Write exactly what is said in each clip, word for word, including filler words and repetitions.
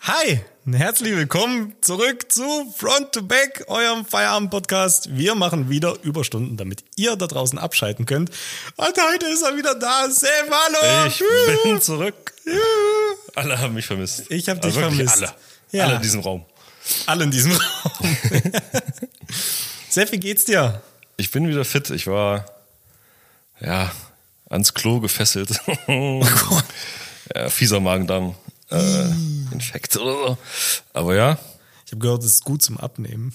Hi, herzlich willkommen zurück zu Front to Back, eurem Feierabend-Podcast. Wir machen wieder Überstunden, damit ihr da draußen abschalten könnt. Und heute ist er wieder da. Sam, hallo! Ich bin zurück. Alle haben mich vermisst. Ich habe dich Aber wirklich vermisst. Alle. Ja. Alle in diesem Raum. Alle in diesem Raum. Sepp, wie geht's dir? Ich bin wieder fit. Ich war, ja, ans Klo gefesselt. Oh Gott. Ja, fieser Magen-Darm. Äh, Infekt oder so. Aber ja. Ich habe gehört, es ist gut zum Abnehmen.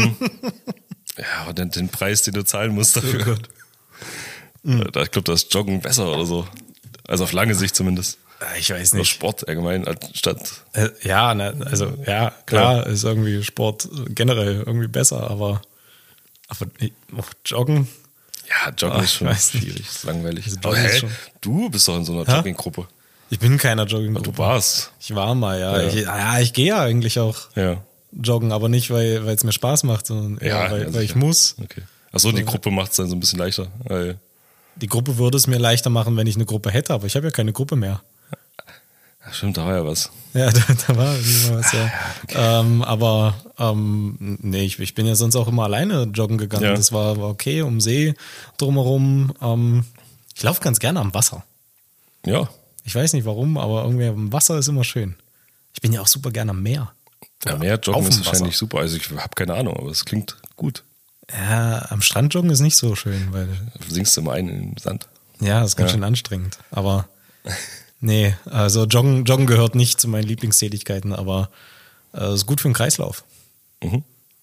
Ja, aber den, den Preis, den du zahlen musst dafür. Oh Gott. Mhm. Ich glaube, da ist Joggen besser oder so. Also auf lange Sicht zumindest. Ich weiß Oder nicht. Sport allgemein statt. Äh, ja, ne, also ja, klar, ja. Ist irgendwie Sport generell irgendwie besser, aber, aber oh, Joggen. Ja, Joggen Ach, ist schon schwierig, ist langweilig. Also, aber hä, schon. Du bist doch in so einer Ha? Jogginggruppe. Ich bin in keiner Jogginggruppe. Du warst. Ich war mal, ja. Ja, ich, ja, ich gehe ja eigentlich auch ja. joggen, aber nicht, weil es mir Spaß macht, sondern eher, Ja, weil, ja, weil ich muss. Okay. Achso, die Gruppe macht es dann so ein bisschen leichter. Weil die Gruppe würde es mir leichter machen, wenn ich eine Gruppe hätte, aber ich habe ja keine Gruppe mehr. Ja, stimmt, da war ja was. Ja, da, da war immer was, ja. Okay. Ähm, aber ähm, nee, ich, ich bin ja sonst auch immer alleine joggen gegangen. Ja. Das war, war okay, um See drumherum. Ähm, ich laufe ganz gerne am Wasser. Ja. Ich weiß nicht warum, aber irgendwie am Wasser ist immer schön. Ich bin ja auch super gerne am Meer. Ja, Meer joggen ist wahrscheinlich super. Also ich habe keine Ahnung, aber es klingt gut. Ja, am Strand joggen ist nicht so schön, weil du sinkst immer ein in den Sand. Ja, das ist ganz ja. schön anstrengend. Aber nee, also Joggen, Joggen gehört nicht zu meinen Lieblingstätigkeiten, aber es äh, ist gut für den Kreislauf. Mhm.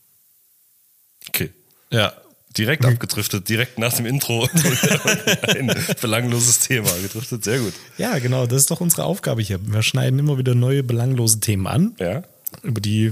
Okay. Ja. Direkt abgedriftet, direkt nach dem Intro. Ein belangloses Thema gedriftet, sehr gut. Ja, genau, das ist doch unsere Aufgabe hier. Wir schneiden immer wieder neue belanglose Themen an, ja. über die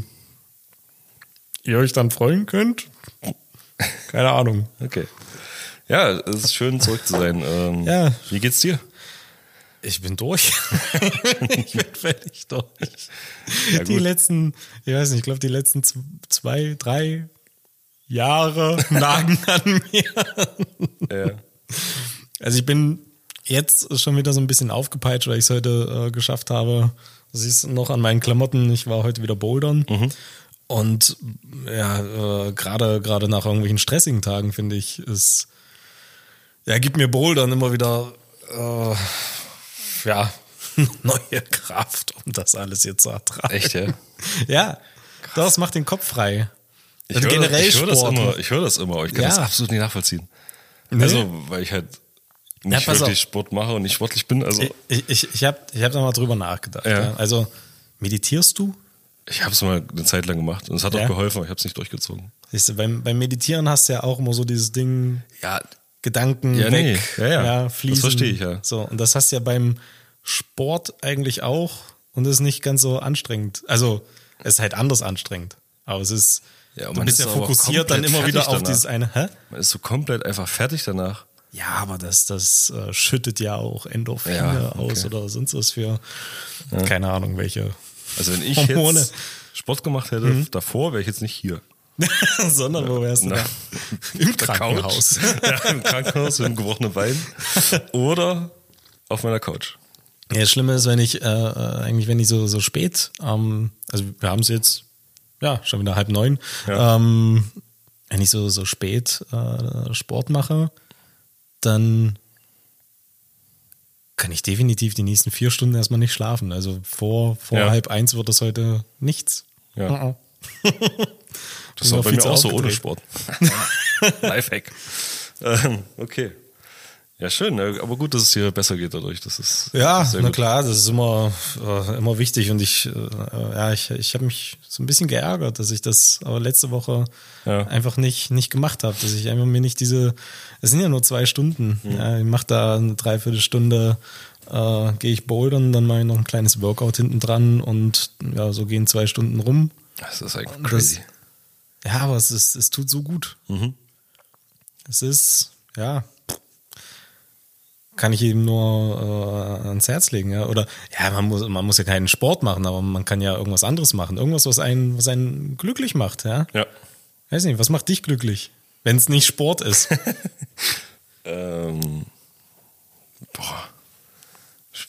ihr euch dann freuen könnt. Keine Ahnung. Okay. Ja, es ist schön, zurück zu sein. Ähm, ja. Wie geht's dir? Ich bin durch. Ich bin völlig durch. Ja, die letzten, ich weiß nicht, ich glaube, die letzten zwei, drei Jahre nagen an mir. Ja. Also ich bin jetzt schon wieder so ein bisschen aufgepeitscht, weil ich es heute äh, geschafft habe. Du siehst noch an meinen Klamotten, ich war heute wieder bouldern. Mhm. Und ja, äh, gerade gerade nach irgendwelchen stressigen Tagen, finde ich, ist ja, gibt mir Bouldern immer wieder äh, ja, neue Kraft, um das alles jetzt zu ertragen. Echt, ja? Ja, das macht den Kopf frei. Ich höre das, hör das immer, ich höre das immer, ich kann ja. das absolut nicht nachvollziehen. Nee. Also, weil ich halt nicht ja, wirklich auf. Sport mache und nicht sportlich bin. Also ich ich, ich habe ich hab da mal drüber nachgedacht. Ja. Ja. Also, meditierst du? Ich habe es mal eine Zeit lang gemacht und es hat auch geholfen, aber ich habe es nicht durchgezogen. Siehst du, beim, beim Meditieren hast du ja auch immer so dieses Ding, ja, Gedanken ja, weg, nee. ja, ja. Ja, fließen. Das verstehe ich, ja. So, und das hast du ja beim Sport eigentlich auch und ist nicht ganz so anstrengend. Also, es ist halt anders anstrengend, aber es ist Ja, und du man bist ist ja fokussiert dann immer wieder auf danach. Dieses eine, hä? Man ist so komplett einfach fertig danach. Ja, aber das, das äh, schüttet ja auch Endorphine ja, okay. aus oder sonst was für, ja. keine Ahnung, welche Also wenn ich Hormone. jetzt Sport gemacht hätte, mhm. davor wäre ich jetzt nicht hier. Sondern wo wärst du da? Im Krankenhaus. Ja, im Krankenhaus mit einem gebrochenen Bein. Oder auf meiner Couch. Ja, das Schlimme ist, wenn ich, äh, eigentlich wenn ich so, so spät, ähm, also wir haben es jetzt ja, schon wieder halb neun. Ja. Ähm, wenn ich so, so spät äh, Sport mache, dann kann ich definitiv die nächsten vier Stunden erstmal nicht schlafen. Also vor, vor ja. halb eins wird das heute nichts. Ja. Das ist auch bei mir auch so ohne Sport. Lifehack. ähm, okay. Ja, schön, aber gut, dass es dir besser geht dadurch. Das ist ja, sehr na gut. klar, das ist immer, äh, immer wichtig und ich, äh, ja, ich, ich habe mich so ein bisschen geärgert, dass ich das aber letzte Woche ja. einfach nicht, nicht gemacht habe, dass ich einfach mir nicht diese, es sind ja nur zwei Stunden, mhm. ja, ich mache da eine Dreiviertelstunde, äh, gehe ich bouldern, dann mache ich noch ein kleines Workout hinten dran und ja, so gehen zwei Stunden rum. Das ist eigentlich crazy. Das, ja, aber es ist, es tut so gut. Mhm. Es ist, ja, kann ich ihm nur äh, ans Herz legen, ja. Oder ja, man muss, man muss ja keinen Sport machen, aber man kann ja irgendwas anderes machen. Irgendwas, was einen, was einen glücklich macht, ja. Ja. Weiß nicht, was macht dich glücklich, wenn es nicht Sport ist? ähm, boah.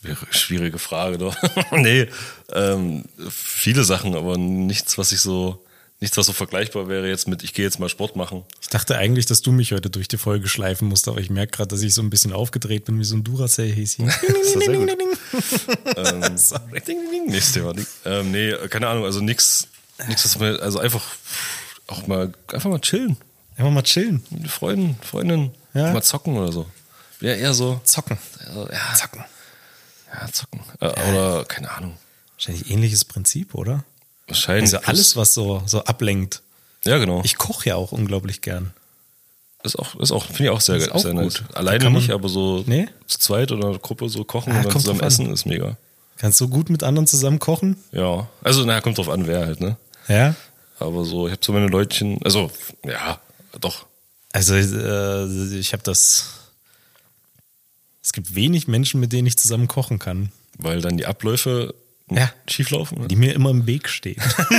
Schwierige Frage, doch. nee, ähm, viele Sachen, aber nichts, was ich so, nichts, was so vergleichbar wäre jetzt mit, ich gehe jetzt mal Sport machen. Ich dachte eigentlich, dass du mich heute durch die Folge schleifen musst, aber ich merke gerade, dass ich so ein bisschen aufgedreht bin wie so ein Duracell-Häschen. Das ist sehr gut. ähm, Sorry. Ding, ding, ding. Nächstes Thema. Ähm, nee, keine Ahnung, also nichts, nichts, was mir, also einfach auch mal, einfach mal chillen. Einfach mal chillen. Mit Freunden, Freundinnen, ja. Mal zocken oder so. Ja, eher so. Zocken. Ja, zocken. Ja, zocken. Äh, oder, keine Ahnung. Wahrscheinlich ähnliches Prinzip, oder? Wahrscheinlich. Also alles, was so, so ablenkt. Ja, genau. Ich koche ja auch unglaublich gern. Ist auch, ist auch, finde ich auch sehr, ist auch sehr gut. nice. Alleine nicht, aber so nee? zu zweit oder eine Gruppe so kochen ah, und dann zusammen essen ist mega. Kannst du gut mit anderen zusammen kochen? Ja. Also, naja, kommt drauf an, wer halt, ne? Ja. Aber so, ich habe so meine Leutchen, also, ja, doch. Also, äh, ich habe das. Es gibt wenig Menschen, mit denen ich zusammen kochen kann. Weil dann die Abläufe ja. schief laufen? Oder? Die mir immer im Weg stehen.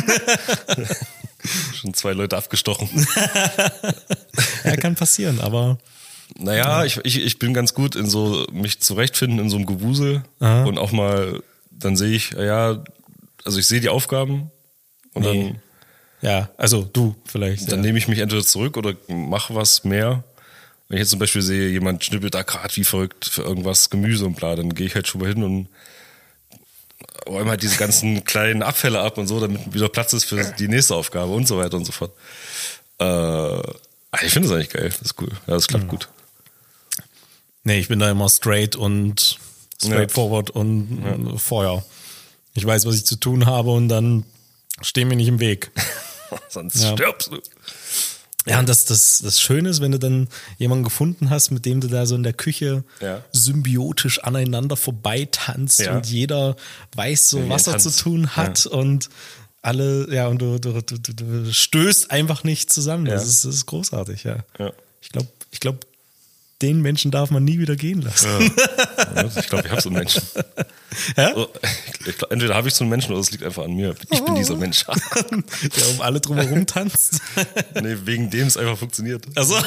Schon zwei Leute abgestochen. Ja, kann passieren, aber... Naja, ja. ich, ich, ich bin ganz gut in so, mich zurechtfinden in so einem Gewusel. Aha. Und auch mal, dann sehe ich, ja, also ich sehe die Aufgaben und nee. dann... Ja, also du vielleicht. Dann ja. nehme ich mich entweder zurück oder mache was mehr. Wenn ich jetzt zum Beispiel sehe, jemand schnippelt da gerade wie verrückt für irgendwas Gemüse und bla, dann gehe ich halt schon mal hin und räume halt diese ganzen kleinen Abfälle ab und so, damit wieder Platz ist für die nächste Aufgabe und so weiter und so fort. Äh, ich finde das eigentlich geil, das ist cool. Ja, das klappt mhm. gut. Nee, ich bin da immer straight und straightforward ja. und ja. Feuer. Ich weiß, was ich zu tun habe und dann steh mir nicht im Weg. Sonst ja. stirbst du. Ja, und das, das, das Schöne ist, wenn du dann jemanden gefunden hast, mit dem du da so in der Küche ja. symbiotisch aneinander vorbeitanzt ja. und jeder weiß so, ja, was er zu tun hat ja. und alle, ja, und du, du, du, du stößt einfach nicht zusammen. Das, ja. ist, das ist großartig, ja. ja. Ich glaube, ich glaube, den Menschen darf man nie wieder gehen lassen. Ja. Ich glaube, ich habe so einen Menschen. Ja? Ich glaub, entweder habe ich so einen Menschen oder es liegt einfach an mir. Ich bin dieser Mensch. Der um alle drumherum tanzt. Nee, wegen dem es einfach funktioniert. Ach so.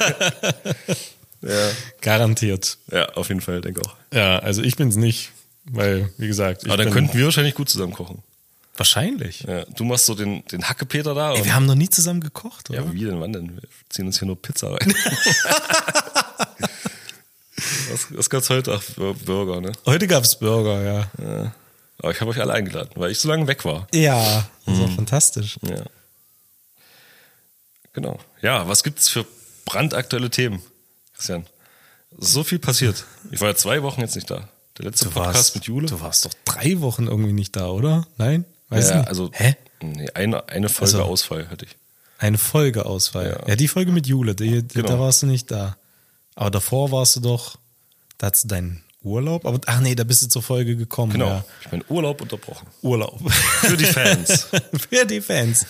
Ja. Garantiert. Ja, auf jeden Fall, denke auch. Ja, also ich bin's nicht, weil, wie gesagt... Ich Aber dann bin könnten wir wahrscheinlich gut zusammen kochen. Wahrscheinlich. Ja, du machst so den, den Hackepeter da. Ey, wir haben noch nie zusammen gekocht, oder? Ja, wie denn, wann denn? Wir ziehen uns hier nur Pizza rein. was, was gab's heute? Ach, Burger, ne? Heute gab's Burger, ja. ja. Aber ich habe euch alle eingeladen, weil ich so lange weg war. Ja, das war mhm. fantastisch. Ja. Genau. Ja, was gibt's für brandaktuelle Themen, Christian? So viel passiert. Ich war ja zwei Wochen jetzt nicht da. Der letzte du Podcast warst, mit Jule. Du warst doch drei Wochen irgendwie nicht da, oder? Nein? Weiß ja, nicht. also Hä? Nee, eine, eine Folge also, Ausfall hatte ich. Eine Folge Ausfall. Ja, ja die Folge mit Jule, die, die, genau. Da warst du nicht da. Aber davor warst du doch, da hattest du deinen Urlaub, aber ach nee, da bist du zur Folge gekommen. Genau, ja. Ich bin Urlaub unterbrochen. Urlaub. Für die Fans. Für die Fans.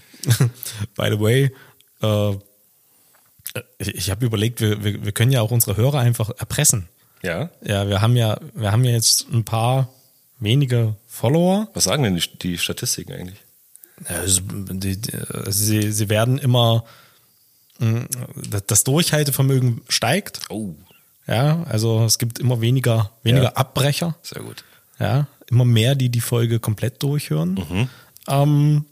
By the way, äh, ich, ich habe überlegt, wir, wir, wir können ja auch unsere Hörer einfach erpressen. Ja? Ja, wir haben ja, wir haben ja jetzt ein paar wenige Follower. Was sagen denn die, die Statistiken eigentlich? Also, die, die, sie, sie werden immer, das Durchhaltevermögen steigt. Oh. Ja, also es gibt immer weniger, weniger ja. Abbrecher. Sehr gut. Ja, immer mehr, die die Folge komplett durchhören. Mhm. Ähm,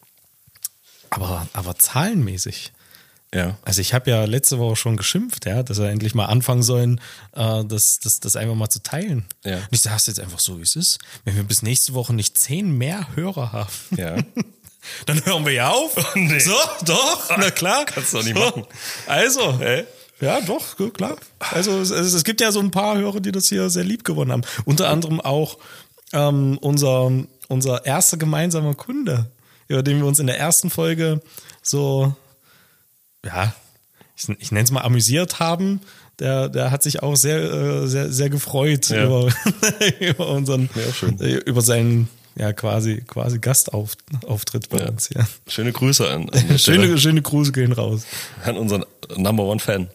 aber, aber zahlenmäßig. Ja. Also ich habe ja letzte Woche schon geschimpft, ja, dass wir endlich mal anfangen sollen, äh, das, das, das einfach mal zu teilen. Ja. Und ich sage es jetzt einfach so, wie es ist. Wenn wir bis nächste Woche nicht zehn mehr Hörer haben, ja. dann hören wir ja auf. Oh, nee. So, doch, na klar. Kannst du doch nicht so. machen. Also, hey. Ja, doch, klar. Also es, es gibt ja so ein paar Hörer, die das hier sehr lieb gewonnen haben. Unter anderem auch ähm, unser, unser erster gemeinsamer Kunde, über den wir uns in der ersten Folge so, ja, ich, ich nenne es mal amüsiert haben. Der, der hat sich auch sehr, sehr, sehr gefreut ja. über, über unseren, ja, schön. über seinen ja quasi quasi Gastauftritt bei ja. uns. Ja. Schöne Grüße an, an schöne schöne Grüße gehen raus an unseren Number One Fan.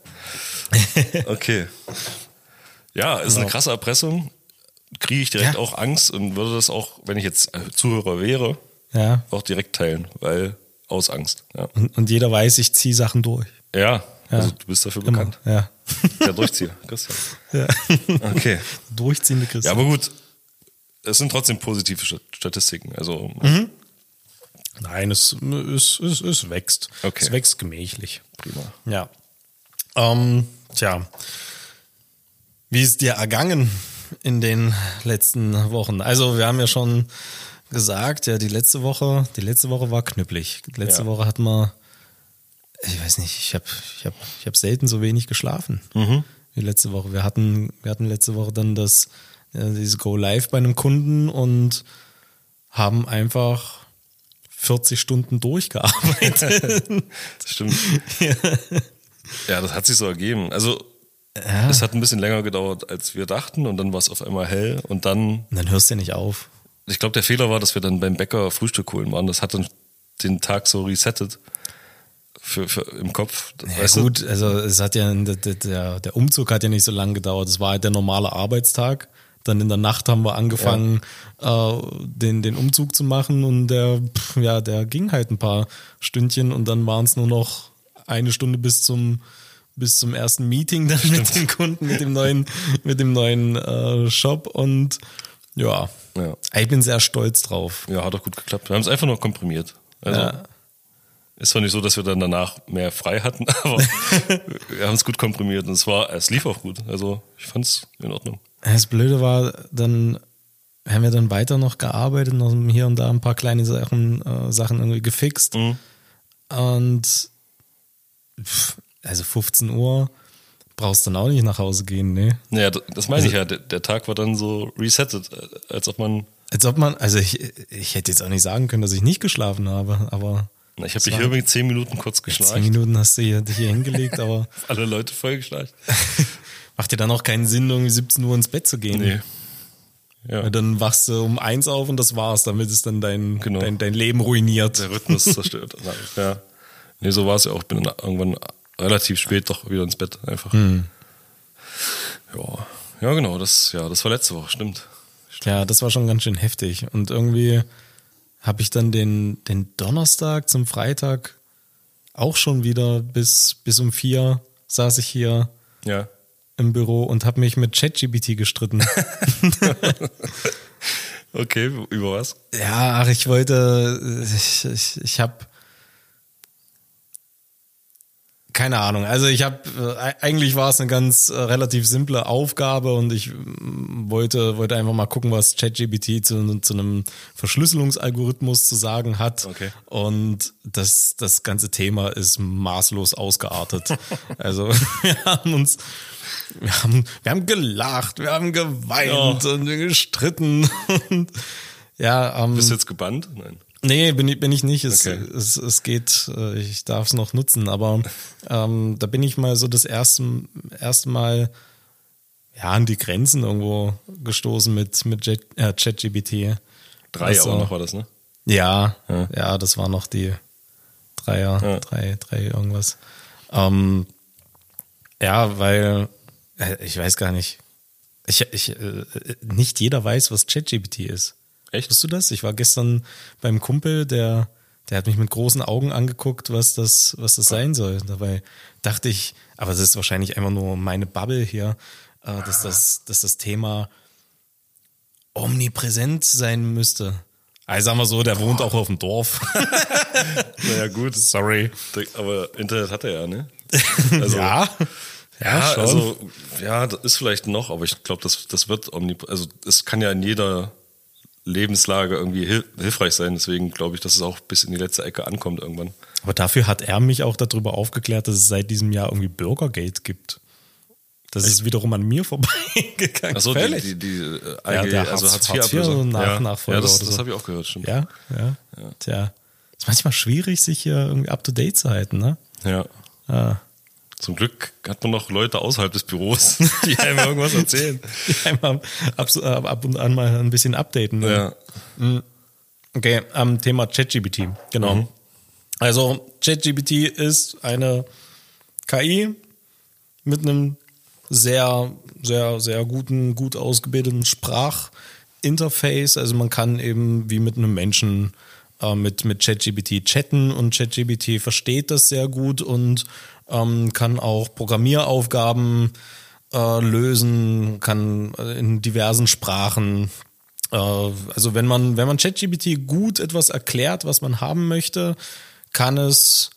Okay. Ja, ist eine krasse Erpressung. Kriege ich direkt ja. auch Angst und würde das auch, wenn ich jetzt Zuhörer wäre, ja. auch direkt teilen, weil aus Angst. Ja. Und, und jeder weiß, ich ziehe Sachen durch. Ja, Ja. Also du bist dafür Immer. bekannt. Ja. Der Durchzieher, Christian. Ja. Okay. Durchziehende Christian. Ja, aber gut. Es sind trotzdem positive Statistiken. Also Mhm. Nein, es, es, es, es wächst. Okay. Es wächst gemächlich. prima. Ja. Ähm, tja. Wie ist dir ergangen in den letzten Wochen? Also wir haben ja schon gesagt, ja, die letzte Woche, die letzte Woche war knüppelig. Die letzte Ja. Woche hatten wir, ich weiß nicht, ich habe ich hab, ich hab selten so wenig geschlafen Mhm. wie letzte Woche. Wir hatten, wir hatten letzte Woche dann das, ja, dieses Go Live bei einem Kunden und haben einfach vierzig Stunden durchgearbeitet. Das stimmt. Ja. Ja, das hat sich so ergeben. Also Ja. es hat ein bisschen länger gedauert, als wir dachten und dann war es auf einmal hell und dann, Und dann hörst du ja nicht auf. ich glaube, der Fehler war, dass wir dann beim Bäcker Frühstück holen waren. Das hat dann den Tag so resettet für, für im Kopf. Ja, weißt du? gut, also es hat ja, der, der, der Umzug hat ja nicht so lange gedauert. Es war halt der normale Arbeitstag. Dann in der Nacht haben wir angefangen, ja. äh, den, den Umzug zu machen und der, pff, ja, der ging halt ein paar Stündchen und dann waren es nur noch eine Stunde bis zum bis zum ersten Meeting dann Stimmt. mit dem Kunden, mit dem neuen, mit dem neuen äh, Shop und ja, ja, ich bin sehr stolz drauf. Ja, hat auch gut geklappt. Wir haben es einfach nur komprimiert. Also Ja. ist zwar nicht so, dass wir dann danach mehr frei hatten, aber wir haben es gut komprimiert und es war, es lief auch gut. Also ich fand es in Ordnung. Das Blöde war, dann haben wir dann weiter noch gearbeitet, noch hier und da ein paar kleine Sachen, äh, Sachen irgendwie gefixt. Mhm. Und pff, also fünfzehn Uhr brauchst du dann auch nicht nach Hause gehen, ne? Naja, das meine ich ja. Der, der Tag war dann so resettet, als ob man. Als ob man, also ich, ich hätte jetzt auch nicht sagen können, dass ich nicht geschlafen habe, aber. Na, ich habe mich hier übrigens zehn Minuten kurz geschnarcht. Zehn Minuten hast du hier, dich hier hingelegt, aber. Alle Leute voll geschnarcht. Macht dir dann auch keinen Sinn, irgendwie siebzehn Uhr ins Bett zu gehen. Nee. Ja. Dann wachst du um eins auf und das war's. Damit ist dann dein, Genau. dein, dein Leben ruiniert. Der Rhythmus zerstört. Ja. Nee, so war es ja auch. Ich bin dann irgendwann relativ spät doch wieder ins Bett einfach. Hm. Ja. Ja, genau. Das, ja, das war letzte Woche, stimmt. Ja, das war schon ganz schön heftig. Und irgendwie habe ich dann den, den Donnerstag zum Freitag auch schon wieder bis, bis um vier saß ich hier Ja. im Büro und habe mich mit ChatGPT gestritten. Okay, über was? Ja, ach, ich wollte, ich, ich, ich habe keine Ahnung. Also ich habe, äh, eigentlich war es eine ganz äh, relativ simple Aufgabe und ich mm, wollte wollte einfach mal gucken, was ChatGPT zu, zu einem Verschlüsselungsalgorithmus zu sagen hat. Okay. Und das das ganze Thema ist maßlos ausgeartet. Also wir haben uns wir haben wir haben gelacht, wir haben geweint Ja. und gestritten und ja. Ähm, Bist du jetzt gebannt? Nein. Nee, bin ich, bin ich nicht. Es, Okay. es, es geht, äh, ich darf es noch nutzen, aber ähm, da bin ich mal so das erste, erste Mal ja, an die Grenzen irgendwo gestoßen mit, mit Jet, äh, ChatGPT. Drei Also, auch noch war das, ne? Ja, Ja. ja, das war noch die Dreier, Ja. drei, drei irgendwas. Ähm, ja, weil, äh, ich weiß gar nicht, ich, ich, äh, nicht jeder weiß, was ChatGPT ist. Echt? Wusstest du das? Ich war gestern beim Kumpel, der, der hat mich mit großen Augen angeguckt, was das, was das sein soll. Dabei dachte ich, aber das ist wahrscheinlich einfach nur meine Bubble hier, äh, dass das, dass das Thema omnipräsent sein müsste. Also sagen wir so, der wohnt auch auf dem Dorf. Naja, gut. Sorry. Aber Internet hat er ja, ne? Also, Ja. Ja, schon. also, ja, das ist vielleicht noch, aber ich glaube, das, das wird omnip also es kann ja in jeder Lebenslage irgendwie hil hilfreich sein, deswegen glaube ich, dass es auch bis in die letzte Ecke ankommt irgendwann. Aber dafür hat er mich auch darüber aufgeklärt, dass es seit diesem Jahr irgendwie Bürgergeld gibt. Das ist wiederum an mir vorbeigegangen. Achso, die, Völlig. die, die äh, Ja, I G, der also Hartz- Hartz vier Hartz vier Ablöser. Nach- ja. Nachfolger Ja, das, oder das so. habe ich auch gehört, stimmt. Ja, ja, Ja. Tja. Ist manchmal schwierig, sich hier irgendwie up to date zu halten, ne? Ja. Ah. Zum Glück hat man noch Leute außerhalb des Büros, die einem irgendwas erzählen. Die einmal ab, ab, ab und an mal ein bisschen updaten. Ne? Ja. Okay, am Thema ChatGPT, genau. Mhm. Also ChatGPT ist eine K I mit einem sehr, sehr, sehr guten, gut ausgebildeten Sprachinterface. Also man kann eben wie mit einem Menschen äh, mit, mit ChatGPT chatten und ChatGPT versteht das sehr gut und ähm, kann auch Programmieraufgaben äh, lösen, kann in diversen Sprachen. Äh, also wenn man wenn man ChatGPT gut etwas erklärt, was man haben möchte, kann es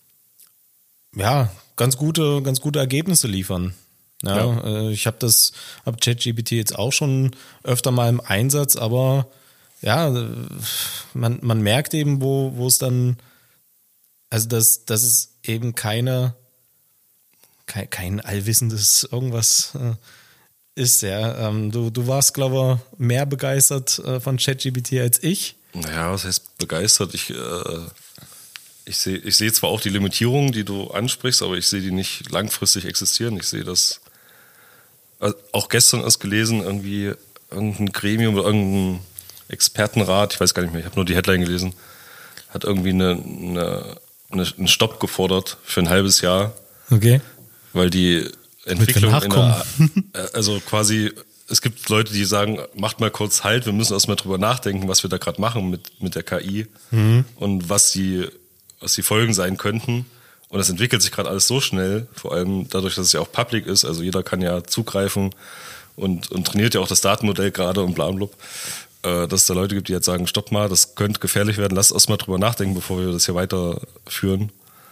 ja ganz gute ganz gute Ergebnisse liefern. Ja, ja. Äh, ich habe das habe ChatGPT jetzt auch schon öfter mal im Einsatz, aber ja, man man merkt eben, wo wo es dann also dass dass es eben keine kein, kein allwissendes irgendwas äh, ist, ja. Ähm, du, du warst, glaube ich, mehr begeistert äh, von ChatGPT als ich. Naja, was heißt begeistert? Ich, äh, ich sehe ich seh zwar auch die Limitierungen, die du ansprichst, aber ich sehe die nicht langfristig existieren. Ich sehe das äh, auch gestern erst gelesen, irgendwie irgendein Gremium oder irgendein Expertenrat, ich weiß gar nicht mehr, ich habe nur die Headline gelesen, hat irgendwie eine, eine, eine, einen Stopp gefordert für ein halbes Jahr. Okay. Weil die Entwicklung in der, also quasi, es gibt Leute, die sagen, macht mal kurz Halt, wir müssen erstmal drüber nachdenken, was wir da gerade machen mit, mit der K I mhm. und was die, was die Folgen sein könnten. Und das entwickelt sich gerade alles so schnell, vor allem dadurch, dass es ja auch public ist, also jeder kann ja zugreifen und, und trainiert ja auch das Datenmodell gerade und bla bla, äh, dass es da Leute gibt, die jetzt sagen, stopp mal, das könnte gefährlich werden, lasst erstmal drüber nachdenken, bevor wir das hier weiterführen.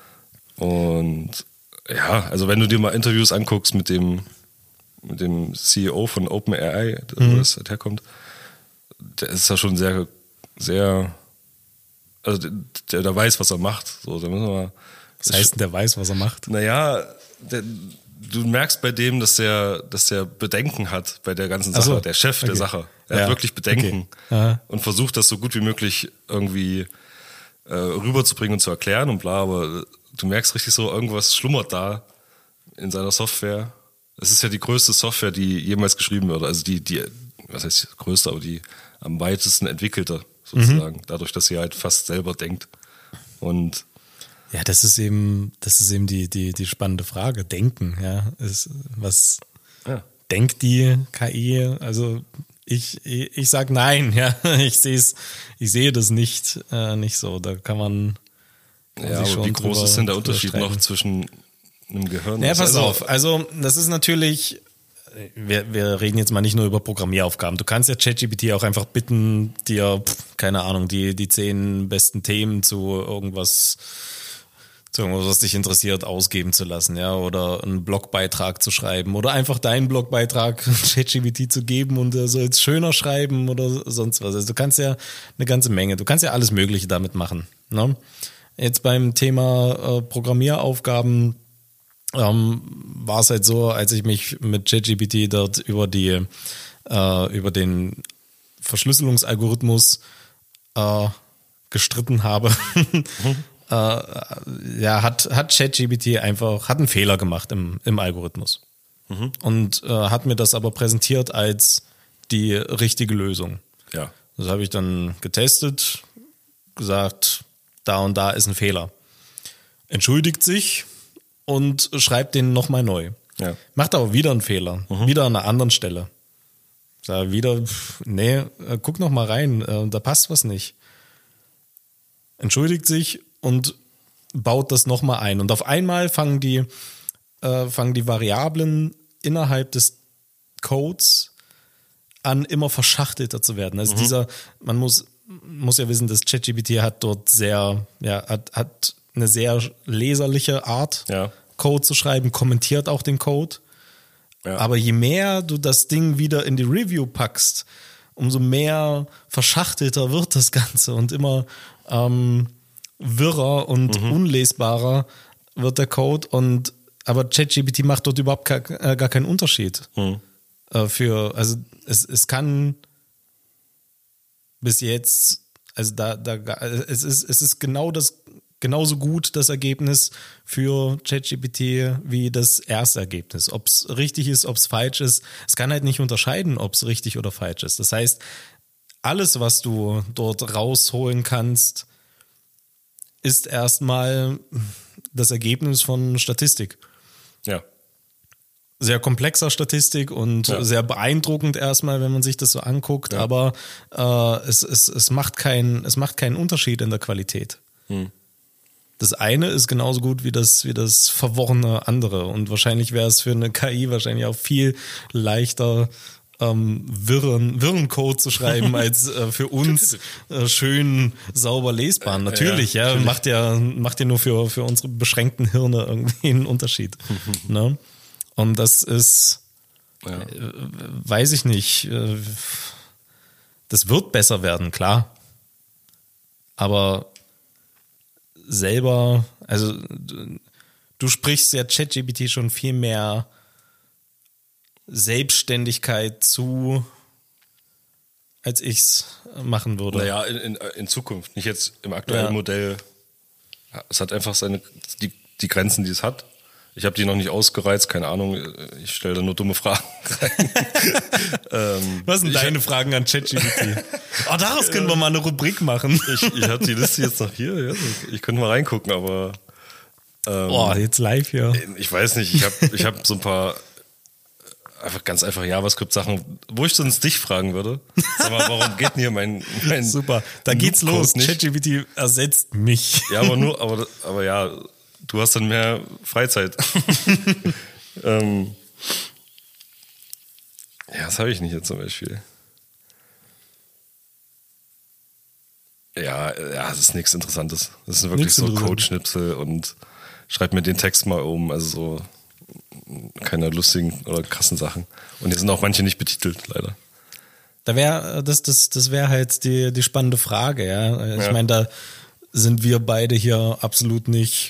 Und ja, also wenn du dir mal Interviews anguckst mit dem, mit dem C E O von OpenAI, mhm. wo das halt herkommt, der ist ja schon sehr, sehr, also der, der weiß, was er macht. So, da müssen wir, was heißt denn, der weiß, was er macht? Naja, der, du merkst bei dem, dass der, dass der Bedenken hat bei der ganzen Sache, so. Der Chef okay. der Sache. Er ja. hat wirklich Bedenken okay. und versucht das so gut wie möglich irgendwie äh, rüberzubringen und zu erklären und bla, aber du merkst richtig so, irgendwas schlummert da in seiner Software. Es ist ja die größte Software, die jemals geschrieben wird. Also die, die, was heißt größte, aber die am weitesten entwickelte sozusagen. Mhm. Dadurch, dass sie halt fast selber denkt. Und ja, das ist eben, das ist eben die, die, die spannende Frage. Denken, ja. Ist, was ja. denkt die K I? Also ich, ich, ich sag nein, ja. Ich sehe es, ich sehe das nicht, äh, nicht so. Da kann man. Ja, aber wie groß ist denn der Unterschied noch zwischen einem Gehirn? Ja, pass also auf. Also das ist natürlich, wir, wir reden jetzt mal nicht nur über Programmieraufgaben. Du kannst ja ChatGPT auch einfach bitten, dir, pff, keine Ahnung, die, die zehn besten Themen zu irgendwas, zu irgendwas, was dich interessiert, ausgeben zu lassen, ja, oder einen Blogbeitrag zu schreiben oder einfach deinen Blogbeitrag ChatGPT zu geben und er soll es schöner schreiben oder sonst was. Also du kannst ja eine ganze Menge, du kannst ja alles Mögliche damit machen, ne? Jetzt beim Thema äh, Programmieraufgaben ähm, war es halt so, als ich mich mit ChatGPT dort über die äh, über den Verschlüsselungsalgorithmus äh, gestritten habe, mhm. äh, ja, hat hat ChatGPT einfach hat einen Fehler gemacht im im Algorithmus mhm. und äh, hat mir das aber präsentiert als die richtige Lösung. Ja. Das habe ich dann getestet, gesagt, da und da ist ein Fehler. Entschuldigt sich und schreibt den nochmal neu. Ja. Macht aber wieder einen Fehler. Mhm. Wieder an einer anderen Stelle. Sag wieder, nee, guck noch mal rein, da passt was nicht. Entschuldigt sich und baut das nochmal ein. Und auf einmal fangen die, äh, fangen die Variablen innerhalb des Codes an, immer verschachtelter zu werden. Also mhm. dieser, man muss muss ja wissen, dass ChatGPT hat dort sehr, ja, hat, hat eine sehr leserliche Art, ja. Code zu schreiben, kommentiert auch den Code. Ja. Aber je mehr du das Ding wieder in die Review packst, umso mehr verschachtelter wird das Ganze und immer ähm, wirrer und mhm. unlesbarer wird der Code. Und aber ChatGPT macht dort überhaupt gar, äh, gar keinen Unterschied. Mhm. Äh, für, also es, es kann bis jetzt, also da, da, es ist, es ist genau das, genauso gut das Ergebnis für ChatGPT wie das erste Ergebnis. Ob es richtig ist, ob es falsch ist, es kann halt nicht unterscheiden, ob es richtig oder falsch ist. Das heißt, alles, was du dort rausholen kannst, ist erstmal das Ergebnis von Statistik. Ja. Sehr komplexer Statistik und ja. sehr beeindruckend erstmal, wenn man sich das so anguckt, ja. aber äh, es, es, es, macht kein, es macht keinen Unterschied in der Qualität. Hm. das eine ist genauso gut wie das, wie das verworrene andere. Und wahrscheinlich wäre es für eine K I wahrscheinlich auch viel leichter, ähm, wirren, wirren Code zu schreiben, als äh, für uns äh, schön sauber lesbar. Natürlich, ja, ja natürlich. macht ja, macht ja nur für, für unsere beschränkten Hirne irgendwie einen Unterschied. Ne? Und das ist, ja. äh, weiß ich nicht, äh, das wird besser werden, klar. Aber selber, also du, du sprichst ja ChatGPT schon viel mehr Selbstständigkeit zu, als ich es machen würde. Naja, in, in, in Zukunft, nicht jetzt im aktuellen ja. Modell. Es hat einfach seine die, die Grenzen, die es hat. Ich habe die noch nicht ausgereizt, keine Ahnung, ich stelle da nur dumme Fragen rein. ähm, Was sind deine hab, Fragen an ChatGPT? Oh, daraus können wir mal eine Rubrik machen. ich ich habe die Liste jetzt noch hier, ja. Ich könnte mal reingucken, aber ähm, oh, jetzt live hier. Ich weiß nicht, ich habe ich hab so ein paar einfach ganz einfach JavaScript-Sachen, wo ich sonst dich fragen würde. Sag mal, warum geht denn hier mein, mein Super, da geht's los. ChatGPT ersetzt mich. Ja, aber nur, aber, aber ja, du hast dann mehr Freizeit. ähm, ja, das habe ich nicht jetzt zum Beispiel. Ja, ja, das ist nichts Interessantes. Das sind wirklich nichts so Codeschnipsel und schreib mir den Text mal um, also so keine lustigen oder krassen Sachen. Und hier sind auch manche nicht betitelt, leider. Da wäre, das, das, das wäre halt die, die spannende Frage, ja. Ich ja. meine, da sind wir beide hier absolut nicht,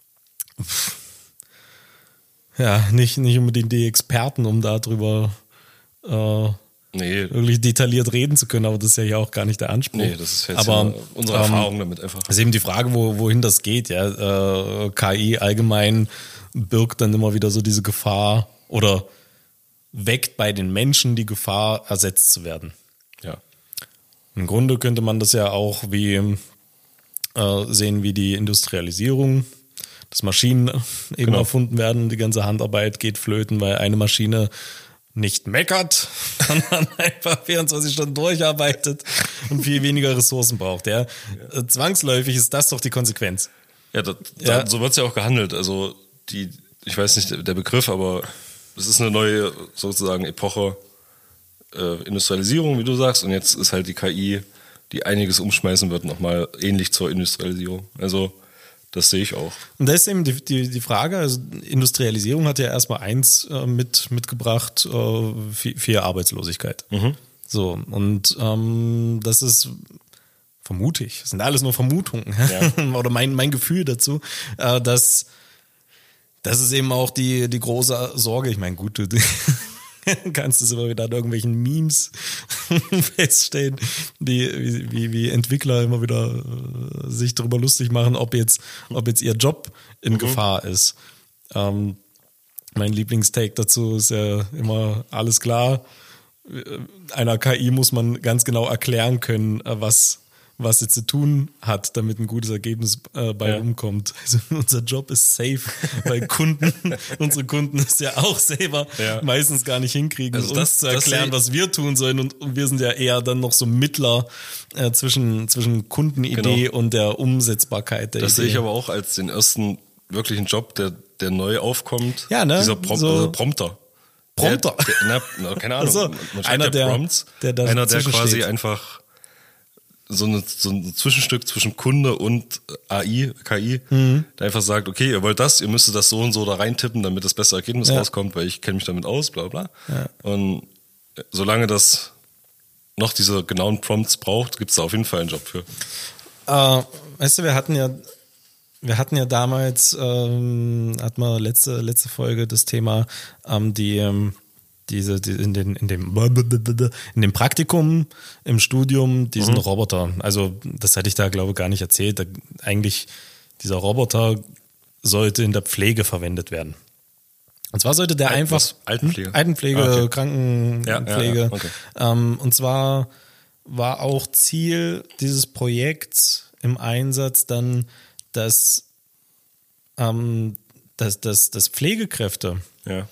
ja, nicht, nicht unbedingt die Experten, um darüber äh, nee. wirklich detailliert reden zu können, aber das ist ja hier auch gar nicht der Anspruch. Nee, das ist jetzt aber, ja unsere ähm, Erfahrung damit einfach. Das ist eben die Frage, wo, wohin das geht, ja. Äh, K I allgemein birgt dann immer wieder so diese Gefahr oder weckt bei den Menschen die Gefahr, ersetzt zu werden. Ja. Im Grunde könnte man das ja auch wie äh, sehen wie die Industrialisierung, dass Maschinen eben genau. erfunden werden, die ganze Handarbeit geht flöten, weil eine Maschine nicht meckert, sondern einfach vierundzwanzig Stunden durcharbeitet und viel weniger Ressourcen braucht. Ja? Ja. Zwangsläufig ist das doch die Konsequenz. Ja, das, ja. so wird es ja auch gehandelt. Also die, ich weiß nicht der Begriff, aber es ist eine neue sozusagen Epoche äh, Industrialisierung, wie du sagst, und jetzt ist halt die K I, die einiges umschmeißen wird, nochmal ähnlich zur Industrialisierung. Also das sehe ich auch. Und da ist eben die, die, die Frage, also Industrialisierung hat ja erstmal eins äh, mit, mitgebracht, äh, viel, viel Arbeitslosigkeit. Mhm. So, und ähm, das ist, vermute ich, das sind alles nur Vermutungen, ja. oder mein, mein Gefühl dazu, äh, dass das ist eben auch die, die große Sorge. Ich meine, gut, du kannst es immer wieder an irgendwelchen Memes feststellen, die, wie, wie Entwickler immer wieder äh, sich darüber lustig machen, ob jetzt, ob jetzt ihr Job in mhm. Gefahr ist. Ähm, mein Lieblingstake dazu ist ja immer alles klar. Einer K I muss man ganz genau erklären können, was was sie zu tun hat, damit ein gutes Ergebnis äh, bei ja. rumkommt. Also unser Job ist safe, weil Kunden, unsere Kunden es ja auch selber ja. meistens gar nicht hinkriegen, also uns das, zu erklären, was wir tun sollen. Und, und wir sind ja eher dann noch so Mittler äh, zwischen, zwischen Kundenidee genau. und der Umsetzbarkeit der das Idee. Das sehe ich aber auch als den ersten wirklichen Job, der, der neu aufkommt. Ja, ne? Dieser Prom- so also Prompter. Prompter? Der, der, na, keine Ahnung. Also, man einer, ja der, Prompts, der da einer, der quasi steht. einfach so, eine, so ein Zwischenstück zwischen Kunde und A I, K I, mhm. der einfach sagt, okay, ihr wollt das, ihr müsstet das so und so da reintippen, damit das bessere Ergebnis ja. rauskommt, weil ich kenne mich damit aus, bla bla. Ja. Und solange das noch diese genauen Prompts braucht, gibt es da auf jeden Fall einen Job für. Äh, weißt du, wir hatten ja wir hatten ja damals, ähm, hatten wir letzte, letzte Folge das Thema, ähm, die ähm, diese, die in, den, in, dem, in dem Praktikum im Studium, diesen mhm. Roboter. Also das hatte ich da, glaube ich, gar nicht erzählt. Da, eigentlich, dieser Roboter sollte in der Pflege verwendet werden. Und zwar sollte der Alten, einfach... was? Altenpflege? Altenpflege, ah, okay. Krankenpflege. Ja, ja, ja, okay. ähm, und zwar war auch Ziel dieses Projekts im Einsatz dann, dass, ähm, dass, dass, dass Pflegekräfte... Ja.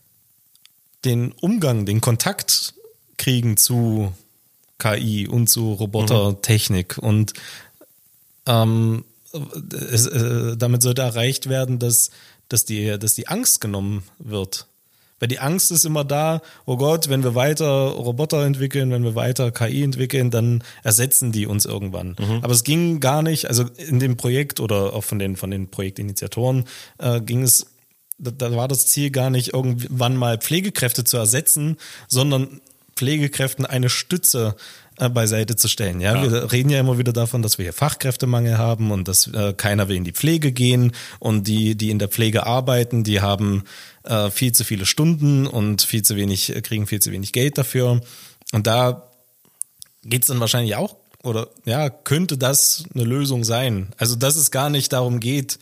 den Umgang, den Kontakt kriegen zu K I und zu Robotertechnik. Mhm. Und ähm, es, äh, damit sollte erreicht werden, dass, dass, die, dass die Angst genommen wird. Weil die Angst ist immer da, oh Gott, wenn wir weiter Roboter entwickeln, wenn wir weiter K I entwickeln, dann ersetzen die uns irgendwann. Mhm. Aber es ging gar nicht, also in dem Projekt oder auch von den, von den Projektinitiatoren äh, ging es, da, da war das Ziel gar nicht, irgendwann mal Pflegekräfte zu ersetzen, sondern Pflegekräften eine Stütze äh, beiseite zu stellen. Ja? ja, wir reden ja immer wieder davon, dass wir hier Fachkräftemangel haben und dass äh, keiner will in die Pflege gehen und die, die in der Pflege arbeiten, die haben äh, viel zu viele Stunden und viel zu wenig, kriegen viel zu wenig Geld dafür. Und da geht's dann wahrscheinlich auch, oder ja, könnte das eine Lösung sein. Also dass es gar nicht darum geht,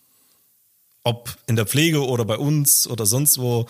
ob in der Pflege oder bei uns oder sonst wo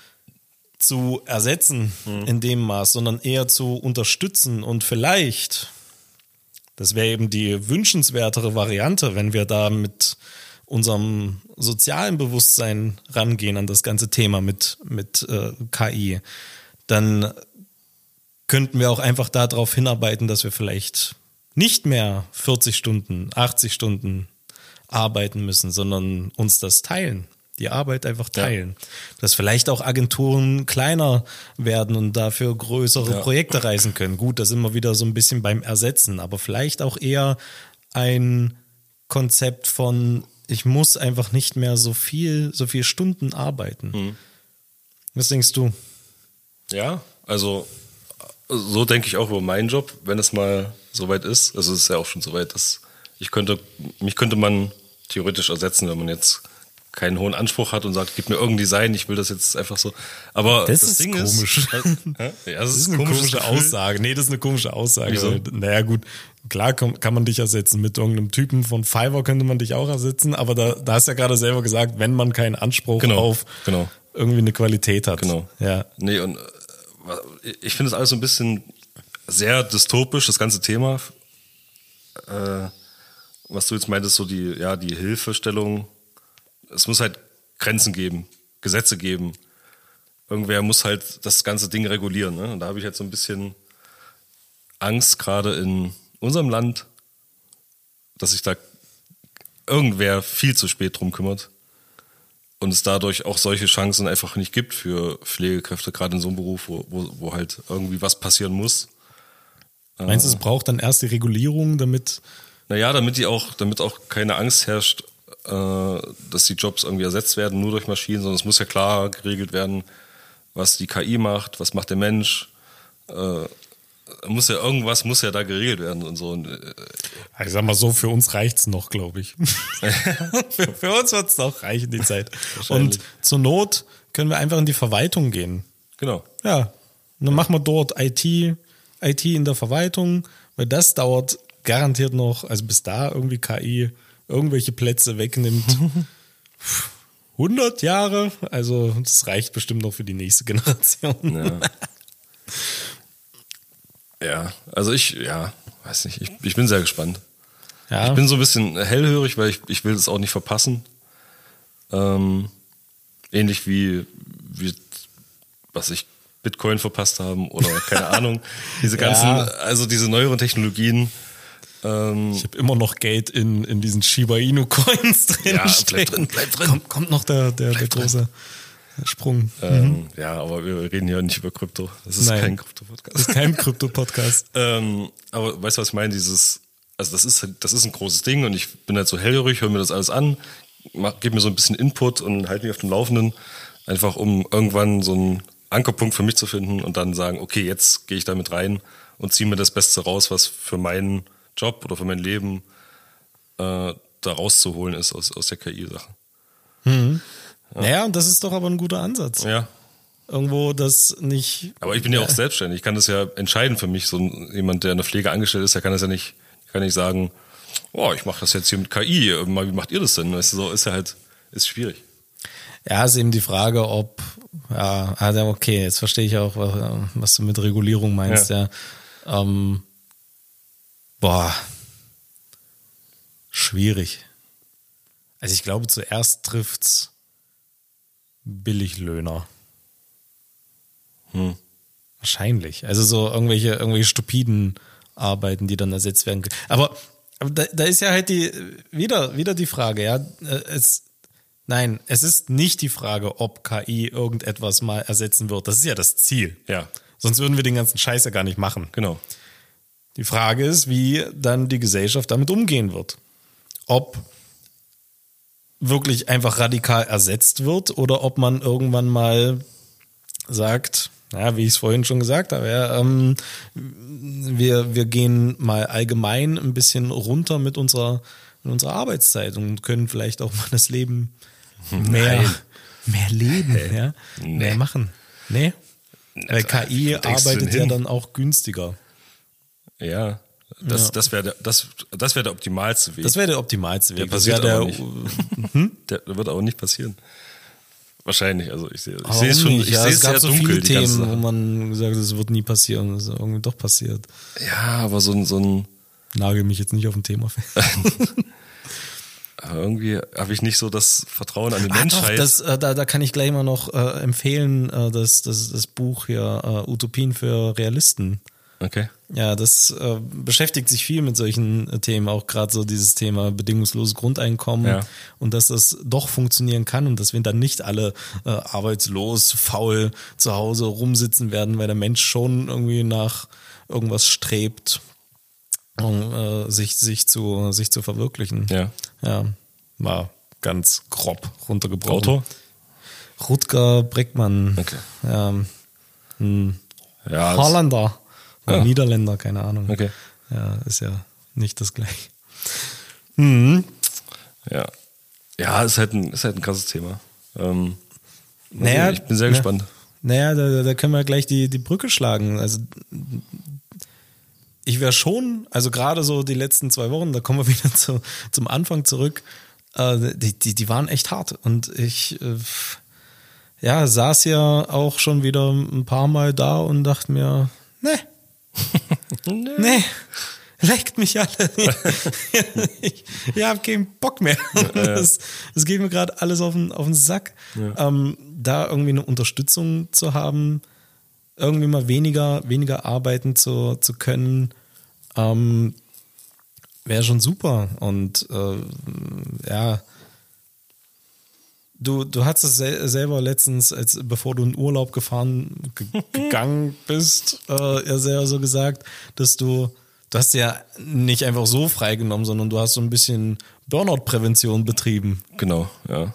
zu ersetzen mhm. in dem Maß, sondern eher zu unterstützen und vielleicht, das wäre eben die wünschenswertere Variante, wenn wir da mit unserem sozialen Bewusstsein rangehen an das ganze Thema mit, mit äh, K I, dann könnten wir auch einfach darauf hinarbeiten, dass wir vielleicht nicht mehr vierzig Stunden, achtzig Stunden arbeiten müssen, sondern uns das teilen. Die Arbeit einfach teilen. Ja. Dass vielleicht auch Agenturen kleiner werden und dafür größere ja. Projekte reisen können. Gut, da sind wir wieder so ein bisschen beim Ersetzen, aber vielleicht auch eher ein Konzept von, ich muss einfach nicht mehr so viel, so viel Stunden arbeiten. Mhm. Was denkst du? Ja, also so denke ich auch über meinen Job, wenn es mal soweit ist. Also es ist ja auch schon soweit, dass ich könnte, mich könnte man theoretisch ersetzen, wenn man jetzt keinen hohen Anspruch hat und sagt, gib mir irgendein Design, ich will das jetzt einfach so. Aber das, das ist Ding komisch. ist, ja, das, das ist, ist eine komische Gefühl. Aussage. Nee, das ist eine komische Aussage. Wieso? Naja, gut, klar kann, kann man dich ersetzen. Mit irgendeinem Typen von Fiverr könnte man dich auch ersetzen, aber da, da hast du ja gerade selber gesagt, wenn man keinen Anspruch genau, auf genau. irgendwie eine Qualität hat. Genau. Ja. Nee, und ich finde es alles so ein bisschen sehr dystopisch, das ganze Thema. Äh, was du jetzt meintest, so die, ja, die Hilfestellung. Es muss halt Grenzen geben, Gesetze geben. Irgendwer muss halt das ganze Ding regulieren. Ne? Und da habe ich jetzt so ein bisschen Angst, gerade in unserem Land, dass sich da irgendwer viel zu spät drum kümmert und es dadurch auch solche Chancen einfach nicht gibt für Pflegekräfte, gerade in so einem Beruf, wo, wo, wo halt irgendwie was passieren muss. Meinst du, es braucht dann erst die Regulierung, damit... Naja, damit die auch, damit auch keine Angst herrscht, dass die Jobs irgendwie ersetzt werden, nur durch Maschinen, sondern es muss ja klar geregelt werden, was die K I macht, was macht der Mensch. Äh, muss ja irgendwas muss ja da geregelt werden und so. Und, äh, ich sag mal so, für uns reicht's noch, glaube ich. für, für uns wird's noch reichen, die Zeit. Und zur Not können wir einfach in die Verwaltung gehen. Genau. Ja, und dann machen wir dort I T, I T in der Verwaltung, weil das dauert garantiert noch, also bis da irgendwie K I irgendwelche Plätze wegnimmt. hundert Jahre, also das reicht bestimmt noch für die nächste Generation. Ja, ja also ich, ja, weiß nicht, ich, ich bin sehr gespannt. Ja. Ich bin so ein bisschen hellhörig, weil ich, ich will es auch nicht verpassen. Ähm, ähnlich wie, wie, was ich, Bitcoin verpasst haben oder keine Ahnung. Diese ganzen, ja. also diese neueren Technologien. Ähm, ich habe immer noch Geld in, in diesen Shiba Inu Coins drin. Ja, bleib drin, bleib drin. Kommt, kommt noch der, der, der große Sprung. Ähm, mhm. Ja, aber wir reden hier nicht über Krypto. Das ist Nein, kein Krypto-Podcast. Das ist kein Krypto-Podcast. ähm, aber weißt du, was ich meine? Dieses, also das ist, das ist ein großes Ding und ich bin halt so hellhörig, höre mir das alles an, mach, gebe mir so ein bisschen Input und halte mich auf dem Laufenden, einfach um irgendwann so einen Ankerpunkt für mich zu finden und dann sagen, okay, jetzt gehe ich damit rein und ziehe mir das Beste raus, was für meinen Job oder für mein Leben äh, da rauszuholen ist aus, aus der K I-Sache. Mhm. Ja. Naja, und das ist doch aber ein guter Ansatz. Ja. Irgendwo das nicht... Aber ich bin ja auch selbstständig. Ich kann das ja entscheiden für mich. So jemand, der in der Pflege angestellt ist, der kann das ja nicht, kann nicht sagen, oh, ich mache das jetzt hier mit K I. Wie macht ihr das denn? Weißt du, so ist ja halt, ist schwierig. Ja, ist eben die Frage, ob, ja, okay, jetzt verstehe ich auch, was du mit Regulierung meinst, ja. ja. Ähm, boah, schwierig. Also ich glaube, zuerst trifft's Billiglöhner. Hm. Wahrscheinlich. Also so irgendwelche, irgendwelche stupiden Arbeiten, die dann ersetzt werden können. Aber Aber da, da ist ja halt die, wieder, wieder die Frage, ja, es, nein, es ist nicht die Frage, ob K I irgendetwas mal ersetzen wird. Das ist ja das Ziel. Ja. Sonst würden wir den ganzen Scheiß ja gar nicht machen. Genau. Die Frage ist, wie dann die Gesellschaft damit umgehen wird. Ob wirklich einfach radikal ersetzt wird oder ob man irgendwann mal sagt, ja, wie ich es vorhin schon gesagt habe, ja, ähm, wir, wir gehen mal allgemein ein bisschen runter mit unserer, mit unserer Arbeitszeit und können vielleicht auch mal das Leben mehr, mehr leben, hey. ja, nee. mehr machen. Nee? Weil K I arbeitet ja dann auch günstiger. Ja, das, ja. das wäre der, das, das wär der optimalste Weg. Das wäre der optimalste Weg. Der passiert der, aber nicht. Hm? Der wird auch nicht passieren. Wahrscheinlich, also ich sehe ich sehe es schon, ich ja, sehe es es gab sehr so dunkel, viele die ganze Themen, Sache. wo man gesagt hat, es wird nie passieren, das ist irgendwie doch passiert. Ja, aber so ein, so ein Nagel mich jetzt nicht auf ein Thema fest. Irgendwie habe ich nicht so das Vertrauen an die ah, Menschheit. Doch, das, äh, da, da kann ich gleich mal noch äh, empfehlen, äh, das, das, das Buch hier, äh, Utopien für Realisten. Okay. Ja, das äh, beschäftigt sich viel mit solchen äh, Themen, auch gerade so dieses Thema bedingungsloses Grundeinkommen Ja. und dass das doch funktionieren kann und dass wir dann nicht alle äh, arbeitslos, faul zu Hause rumsitzen werden, weil der Mensch schon irgendwie nach irgendwas strebt, um äh, sich, sich, zu, sich zu verwirklichen. Ja. Ja, war ganz grob runtergebrochen. Autor? Rutger Breckmann. Okay. Ja, ein Ja, das- Holländer. Oder Ja. Niederländer, keine Ahnung. Okay. Ja, ist ja nicht das gleiche. Mhm. Ja. Ja, ist halt ein, ist halt ein krasses Thema. Ähm, Naja, ich bin sehr na- gespannt. Naja, da, da können wir gleich die, die Brücke schlagen. Also ich wäre schon, also gerade so die letzten zwei Wochen, da kommen wir wieder zu, zum Anfang zurück, äh, die, die, die waren echt hart. Und ich äh, ja, saß ja auch schon wieder ein paar Mal da und dachte mir, ne, Nee. nee, leckt mich alle. ich ich habe keinen Bock mehr. Das, das geht mir gerade alles auf den, auf den Sack. Ja. Ähm, da irgendwie eine Unterstützung zu haben, irgendwie mal weniger, weniger arbeiten zu, zu können, ähm, wäre schon super. Und äh, ja, du, du hast es sel- selber letztens, als bevor du in Urlaub gefahren ge- gegangen bist, äh, ja selber so gesagt, dass du, du hast ja nicht einfach so freigenommen, sondern du hast so ein bisschen Burnout-Prävention betrieben. Genau, ja.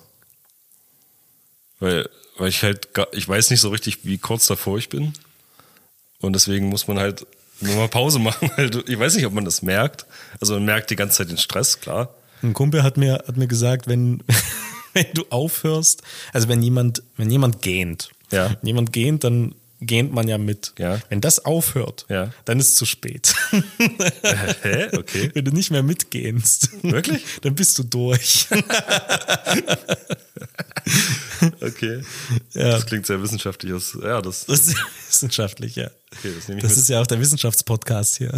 Weil, weil ich halt, gar, ich weiß nicht so richtig, wie kurz davor ich bin. Und deswegen muss man halt nur mal Pause machen. Halt, ich weiß nicht, ob man das merkt. Also man merkt die ganze Zeit den Stress, klar. Ein Kumpel hat mir, hat mir gesagt, wenn, wenn du aufhörst, also wenn jemand, wenn jemand gähnt, Ja. wenn jemand gähnt, dann gähnt man ja mit. Ja. Wenn das aufhört, Ja. dann ist es zu spät. Hä? Okay. Wenn du nicht mehr mitgähnst, Wirklich? dann bist du durch. Okay. Ja. Das klingt sehr wissenschaftlich. Das, ja, das, Das ist wissenschaftlich, ja. okay, das nehme ich Das mit. ist ja auch der Wissenschaftspodcast hier.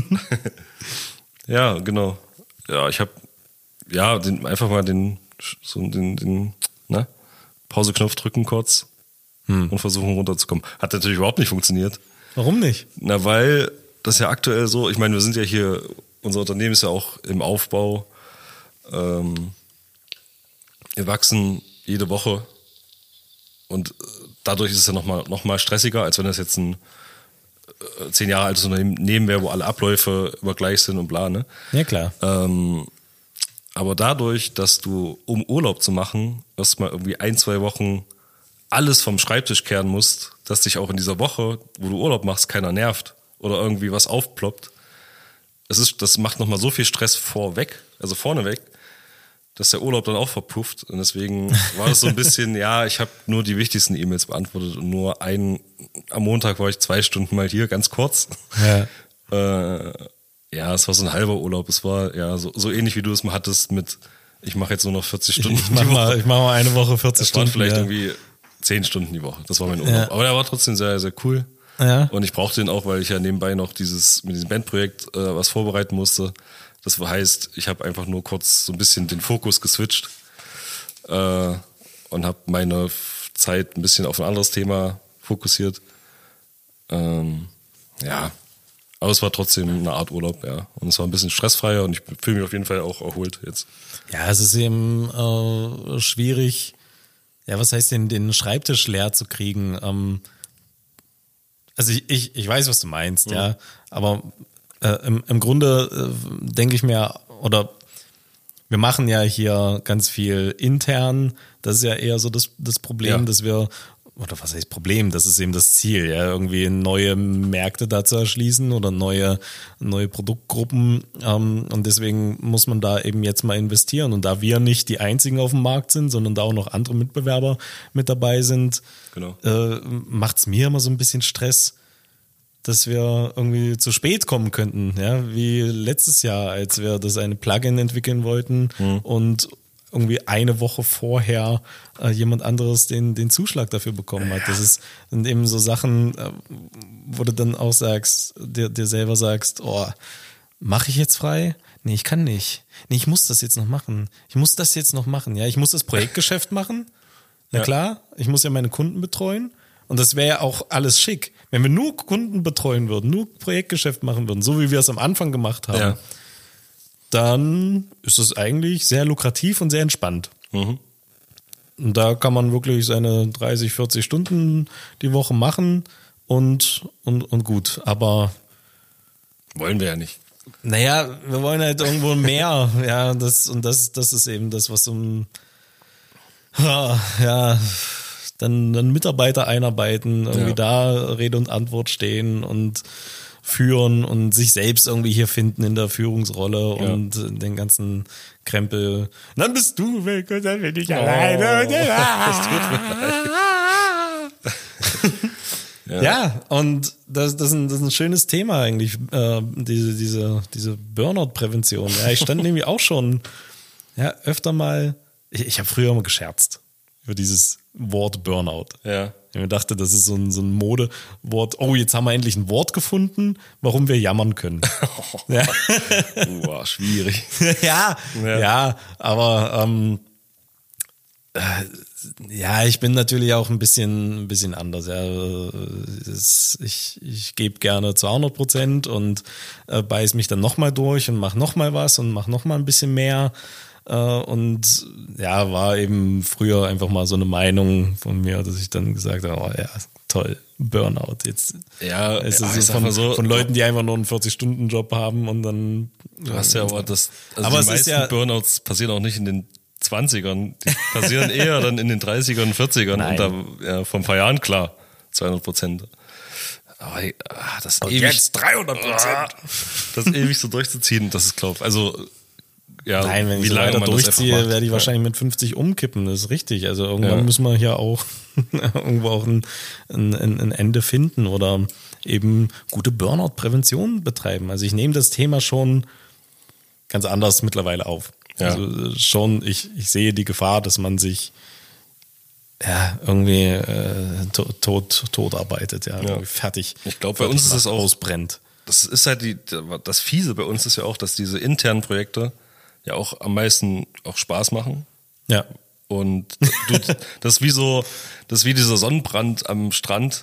Ja, genau. Ja, ich habe ja den, einfach mal den so den, den na, Pauseknopf drücken kurz und versuchen runterzukommen. Hat natürlich überhaupt nicht funktioniert. Warum nicht? Na, weil das ja aktuell so, ich meine, wir sind ja hier, unser Unternehmen ist ja auch im Aufbau. Ähm, wir wachsen jede Woche und dadurch ist es ja nochmal noch mal stressiger, als wenn das jetzt ein äh, zehn Jahre altes Unternehmen wäre, wo alle Abläufe immer gleich sind und bla, ne? Ja, klar. Ähm, aber dadurch, dass du, um Urlaub zu machen, erstmal irgendwie ein, zwei Wochen alles vom Schreibtisch kehren musst, dass dich auch in dieser Woche, wo du Urlaub machst, keiner nervt oder irgendwie was aufploppt. Das ist, das macht nochmal so viel Stress vorweg, also vorneweg, dass der Urlaub dann auch verpufft. Und deswegen war das so ein bisschen, ja, ich habe nur die wichtigsten E-Mails beantwortet und nur einen, am Montag war ich zwei Stunden mal hier, ganz kurz. Ja. Äh, ja, es war so ein halber Urlaub. Es war ja so, so ähnlich, wie du es mal hattest mit, ich mache jetzt nur noch vierzig Stunden. Ich mach die Woche. mal, ich mach mal eine Woche vierzig Es waren Stunden. vielleicht ja. irgendwie zehn Stunden die Woche. Das war mein Urlaub. Ja. Aber der war trotzdem sehr, sehr cool. Ja. Und ich brauchte den auch, weil ich ja nebenbei noch dieses mit diesem Bandprojekt äh, was vorbereiten musste. Das heißt, ich habe einfach nur kurz so ein bisschen den Fokus geswitcht äh, und habe meine F- Zeit ein bisschen auf ein anderes Thema fokussiert. Ähm, ja, Aber es war trotzdem eine Art Urlaub, ja. Und es war ein bisschen stressfreier und ich fühle mich auf jeden Fall auch erholt jetzt. Ja, es ist eben äh, schwierig, ja, was heißt denn, den Schreibtisch leer zu kriegen? Ähm, also ich, ich, ich weiß, was du meinst, mhm. ja, aber äh, im, im Grunde äh, denke ich mir, oder wir machen ja hier ganz viel intern, das ist ja eher so das, das Problem, ja. dass wir, oder was heißt Problem, das ist eben das Ziel, ja, irgendwie neue Märkte da zu erschließen oder neue, neue Produktgruppen ähm, und deswegen muss man da eben jetzt mal investieren und da wir nicht die einzigen auf dem Markt sind, sondern da auch noch andere Mitbewerber mit dabei sind, genau. äh, macht es mir immer so ein bisschen Stress, dass wir irgendwie zu spät kommen könnten, ja, wie letztes Jahr, als wir das eine Plugin entwickeln wollten mhm. und irgendwie eine Woche vorher äh, jemand anderes den, den Zuschlag dafür bekommen hat. Das ist, sind eben so Sachen, äh, wo du dann auch sagst, dir, dir selber sagst, oh, mache ich jetzt frei? Nee, ich kann nicht. Nee, ich muss das jetzt noch machen. Ich muss das jetzt noch machen. Ja, ich muss das Projektgeschäft machen. Na ja. klar, ich muss ja meine Kunden betreuen. Und das wäre ja auch alles schick. Wenn wir nur Kunden betreuen würden, nur Projektgeschäft machen würden, so wie wir es am Anfang gemacht haben, ja. dann ist es eigentlich sehr lukrativ und sehr entspannt. Mhm. Und da kann man wirklich seine dreißig, vierzig Stunden die Woche machen und, und, und gut. Aber wollen wir ja nicht. Naja, wir wollen halt irgendwo mehr. Ja, das, und das, das ist eben das, was um, ja, dann, dann Mitarbeiter einarbeiten, irgendwie ja. da Rede und Antwort stehen und führen und sich selbst irgendwie hier finden in der Führungsrolle ja. und den ganzen Krempel. Dann bist du weg und dann bin ich oh, alleine. Das tut mir leid. ja. ja, und das, das, ist ein, das ist ein schönes Thema eigentlich, äh, diese, diese, diese Burnout-Prävention. Ja, ich stand nämlich auch schon ja, öfter mal, ich, ich habe früher immer gescherzt über dieses Wort Burnout. Ja. Ich mir dachte, das ist so ein, so ein Modewort. Oh, jetzt haben wir endlich ein Wort gefunden, warum wir jammern können. ja. Wow, schwierig. ja, ja, ja, aber ähm, äh, ja, ich bin natürlich auch ein bisschen, ein bisschen anders. Ja. Das, ich ich gebe gerne zweihundert Prozent und äh, beiß mich dann nochmal durch und mache nochmal was und mache nochmal ein bisschen mehr. Und ja, war eben früher einfach mal so eine Meinung von mir, dass ich dann gesagt habe, oh ja, toll, Burnout. Jetzt ja, ist ja, es so von, so von Leuten, die einfach nur einen vierzig-Stunden-Job haben und dann. Du hast ja aber das, also aber die meisten ja, Burnouts passieren auch nicht in den zwanzigern, die passieren eher dann in den dreißigern, vierzigern und da ja, vor ein paar Jahren klar, zweihundert Prozent. Aber das und ewig, jetzt dreihundert Prozent. Das ewig so durchzuziehen, das ist glaub, also ja, nein, wenn ich so weiter durchziehe, werde ich wahrscheinlich mit fünfzig umkippen, das ist richtig. Also irgendwann ja. müssen wir hier auch irgendwo auch ein, ein, ein Ende finden oder eben gute Burnout-Prävention betreiben. Also ich nehme das Thema schon ganz anders mittlerweile auf. Ja. Also schon, ich, ich sehe die Gefahr, dass man sich ja irgendwie äh, tot, tot arbeitet, ja, ja. fertig. Ich glaube, bei uns ist es auch ausbrennt. Das ist halt die, das Fiese bei uns ist ja auch, dass diese internen Projekte ja auch am meisten auch Spaß machen. Ja. Und du, das ist wie so, das ist wie dieser Sonnenbrand am Strand.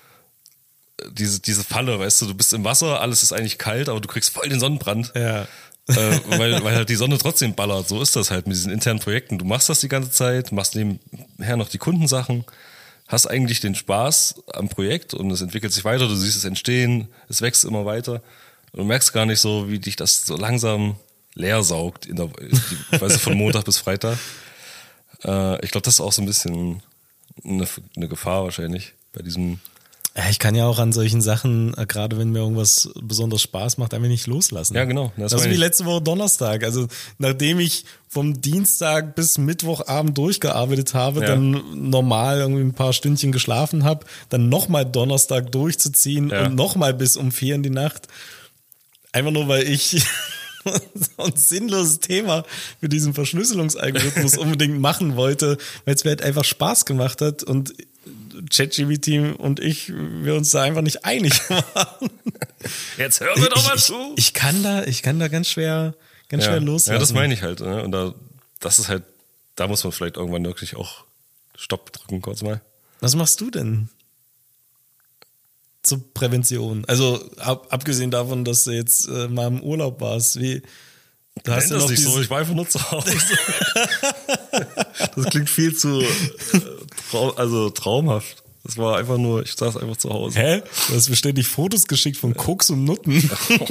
Diese, diese Falle, weißt du, du bist im Wasser, alles ist eigentlich kalt, aber du kriegst voll den Sonnenbrand. Ja. Äh, weil, weil halt die Sonne trotzdem ballert. So ist das halt mit diesen internen Projekten. Du machst das die ganze Zeit, machst nebenher noch die Kundensachen, hast eigentlich den Spaß am Projekt und es entwickelt sich weiter, du siehst es entstehen, es wächst immer weiter. Und du merkst gar nicht so, wie dich das so langsam leer saugt, in der, die, weißt du, von Montag bis Freitag. Äh, ich glaube, das ist auch so ein bisschen eine, eine Gefahr wahrscheinlich bei diesem. Ja, ich kann ja auch an solchen Sachen, äh, gerade wenn mir irgendwas besonders Spaß macht, einfach nicht loslassen. Ja, genau. Das, das ist wie letzte Woche Donnerstag. Also nachdem ich vom Dienstag bis Mittwochabend durchgearbeitet habe, ja. dann normal irgendwie ein paar Stündchen geschlafen habe, dann nochmal Donnerstag durchzuziehen ja. und nochmal bis um vier in die Nacht. Einfach nur, weil ich so ein sinnloses Thema für diesen Verschlüsselungsalgorithmus unbedingt machen wollte, weil es mir halt einfach Spaß gemacht hat und ChatGPT und ich, wir uns da einfach nicht einig waren. Jetzt hören wir doch mal ich, zu. Ich, ich kann da, ich kann da ganz schwer, ganz ja. schwer loslassen. Ja, das meine ich halt. Ne? Und da, das ist halt, da muss man vielleicht irgendwann wirklich auch Stopp drücken, kurz mal. Was machst du denn? zur Prävention? Also ab, abgesehen davon, dass du jetzt äh, mal im Urlaub warst, wie da hast du das nicht so, ich war einfach nur zu Hause. Das klingt viel zu äh, trau- also traumhaft. Das war einfach nur, ich saß einfach zu Hause. Hä? Du hast beständig Fotos geschickt von Koks und Nutten.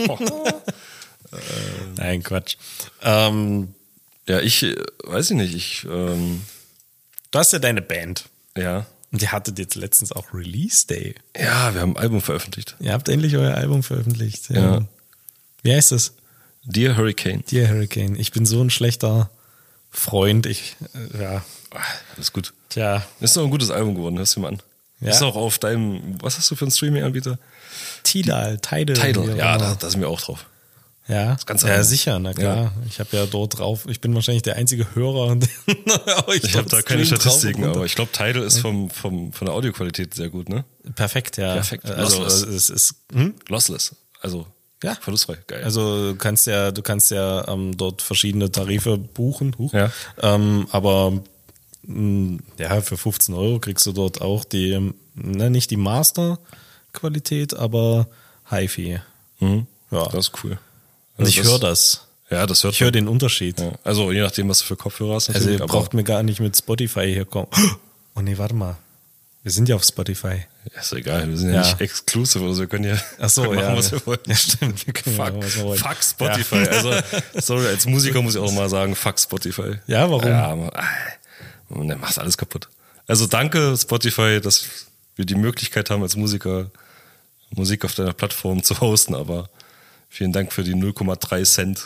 Nein, Quatsch. Ähm, ja, ich äh, weiß ich nicht, ich ähm, du hast ja deine Band. Ja. Und ihr hattet jetzt letztens auch Release Day. Ja, wir haben ein Album veröffentlicht. Ihr habt endlich euer Album veröffentlicht. Ja. Ja. Wie heißt das? Dear Hurricane. Dear Hurricane. Ich bin so ein schlechter Freund. Ich, äh, ja. Alles gut. Tja. Ist doch ein gutes Album geworden, hörst du mal an. Ja. Ist auch auf deinem, was hast du für einen Streaming-Anbieter? Tidal, Tidal. Tidal, ja, da, da sind wir auch drauf. Ja, das ganz ja anders. sicher, na klar. Ja. Ich habe ja dort drauf, ich bin wahrscheinlich der einzige Hörer. ich ich habe da keine Statistiken, aber ich glaube, Tidal ist vom, vom, von der Audioqualität sehr gut, ne? Perfekt, ja. Perfekt. Also Lossless. es ist hm? Lossless, also ja. verlustfrei, geil. Also du kannst ja, du kannst ja ähm, dort verschiedene Tarife buchen, Huch. Ja. Ähm, aber mh, ja, für fünfzehn Euro kriegst du dort auch die, ne, nicht die Master-Qualität, aber Hi-Fi. Mhm. Ja. Das ist cool. Und Also ich das- höre das. Ja, das hört Ich höre man. den Unterschied. Ja. Also je nachdem, was du für Kopfhörer hast. Also natürlich, ihr aber- braucht mir gar nicht mit Spotify hier kommen. Oh nee, warte mal. Wir sind ja auf Spotify. Ja, ist egal, wir sind ja, Ja. nicht exclusive, also wir können ja Ach so, machen, ja. was wir wollen. Ja, stimmt. Wir können Fuck, machen, was wir wollen. fuck Spotify. Also, sorry, als Musiker muss ich auch mal sagen, fuck Spotify. Ja, warum? Ja, man, man macht alles kaputt. Also danke Spotify, dass wir die Möglichkeit haben, als Musiker Musik auf deiner Plattform zu hosten, aber vielen Dank für die null Komma drei Cent,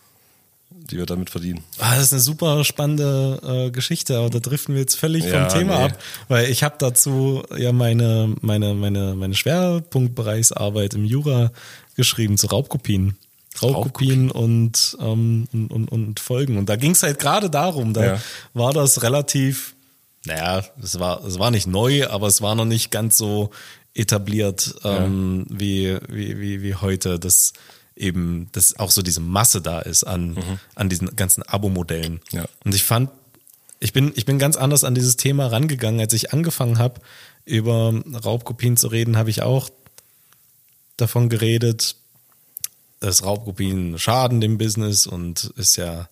die wir damit verdienen. Ah, das ist eine super spannende äh, Geschichte, aber da driften wir jetzt völlig Ja, vom Thema nee. ab, weil ich habe dazu ja meine meine meine meine Schwerpunktbereichsarbeit im Jura geschrieben zu Raubkopien. Raubkopien und, ähm, und, und, und Folgen. Und da ging es halt gerade darum, da Ja. war das relativ, naja, es war, es war nicht neu, aber es war noch nicht ganz so etabliert ähm, wie, wie, wie, wie heute, dass eben, dass auch so diese Masse da ist an, Mhm. an diesen ganzen Abo-Modellen. Ja. Und ich fand, ich bin, ich bin ganz anders an dieses Thema rangegangen. Als ich angefangen habe, über Raubkopien zu reden, habe ich auch davon geredet, dass Raubkopien schaden dem Business und ist ja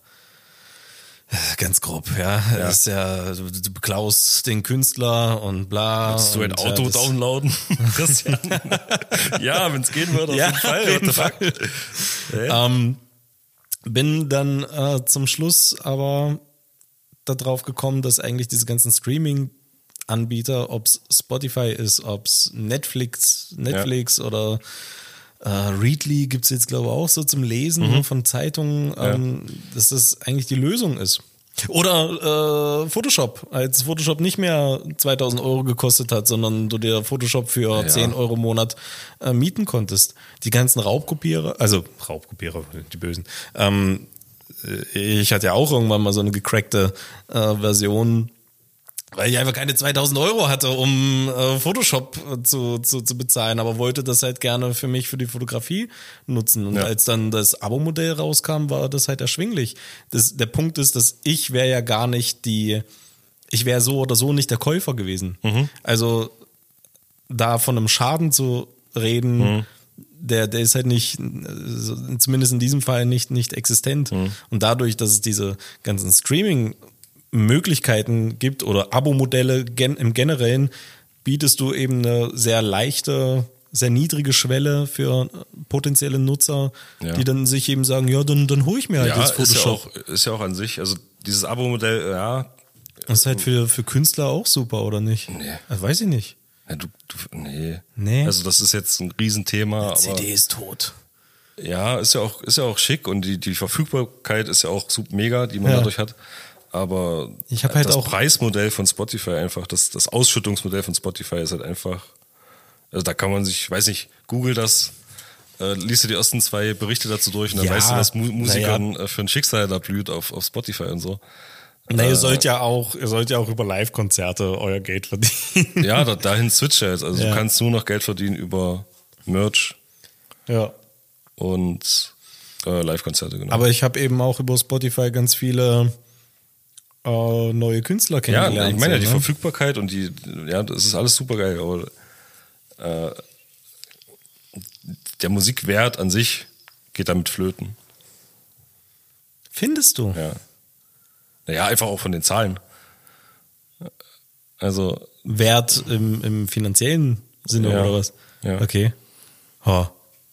äh, ganz grob, ja. Ja. Ist ja, du, du beklaust den Künstler und bla. Willst du ein und, Auto ja, das- downloaden, Christian? Ja, wenn es gehen würde, auf Ja, jeden Fall. auf jeden What the fuck? Fall. Hä? Ähm, bin dann äh, zum Schluss aber darauf gekommen, dass eigentlich diese ganzen Streaming-Anbieter, ob es Spotify ist, ob es Netflix, Netflix oder äh, Readly gibt es jetzt, glaube ich, auch so zum Lesen Mhm. von Zeitungen, ähm, dass das eigentlich die Lösung ist. Oder äh, Photoshop, als Photoshop nicht mehr zweitausend Euro gekostet hat, sondern du dir Photoshop für Ja. zehn Euro im Monat äh, mieten konntest. Die ganzen Raubkopierer, also Raubkopierer, die Bösen. Ähm, ich hatte ja auch irgendwann mal so eine gecrackte äh, Version, weil ich einfach keine zweitausend Euro hatte, um äh, Photoshop äh, zu, zu, zu bezahlen, aber wollte das halt gerne für mich, für die Fotografie nutzen. Und Ja. als dann das Abo-Modell rauskam, war das halt erschwinglich. Das, der Punkt ist, dass ich wäre ja gar nicht die, ich wäre so oder so nicht der Käufer gewesen. Also da von einem Schaden zu reden, Mhm. der, der ist halt nicht, äh, zumindest in diesem Fall nicht, nicht existent. Mhm. Und dadurch, dass es diese ganzen Streaming- Möglichkeiten gibt oder Abo-Modelle gen im Generellen, bietest du eben eine sehr leichte, sehr niedrige Schwelle für potenzielle Nutzer, Ja. die dann sich eben sagen, ja, dann, dann hole ich mir halt Ja, jetzt ist ja, Photoshop. auch, ist ja auch an sich, also dieses Abo-Modell, ja, Das ist halt für, für Künstler auch super, oder nicht? Nee. Das weiß ich nicht. ja du, du, nee. Nee. Also das ist jetzt ein Riesenthema, C aber D ist tot. ja, ist ja auch, ist ja auch schick und die, die Verfügbarkeit ist ja auch super mega, die man Ja. dadurch hat. Aber Ich hab halt das auch- Preismodell von Spotify einfach, das, das Ausschüttungsmodell von Spotify ist halt einfach, also da kann man sich, weiß nicht, google das, äh, liest dir die ersten zwei Berichte dazu durch und dann Ja, weißt du, was Mu na Musikern äh, für ein Schicksal da blüht auf, auf Spotify und so. Na, ihr sollt ja auch, ihr sollt ja auch über Live-Konzerte euer Geld verdienen. Ja, da, dahin switcht er jetzt. Also Ja. du kannst nur noch Geld verdienen über Merch Ja. und äh, Live-Konzerte, genau. Aber ich habe eben auch über Spotify ganz viele äh, neue Künstler ja, kennengelernt. ich meine ja, die so, ne? Verfügbarkeit und die, ja, das ist alles super geil, aber äh, der Musikwert an sich geht damit flöten. Findest du? Ja. Naja, einfach auch von den Zahlen. Also. Wert im, im finanziellen Sinne Ja. oder was? Ja. Okay. Oh.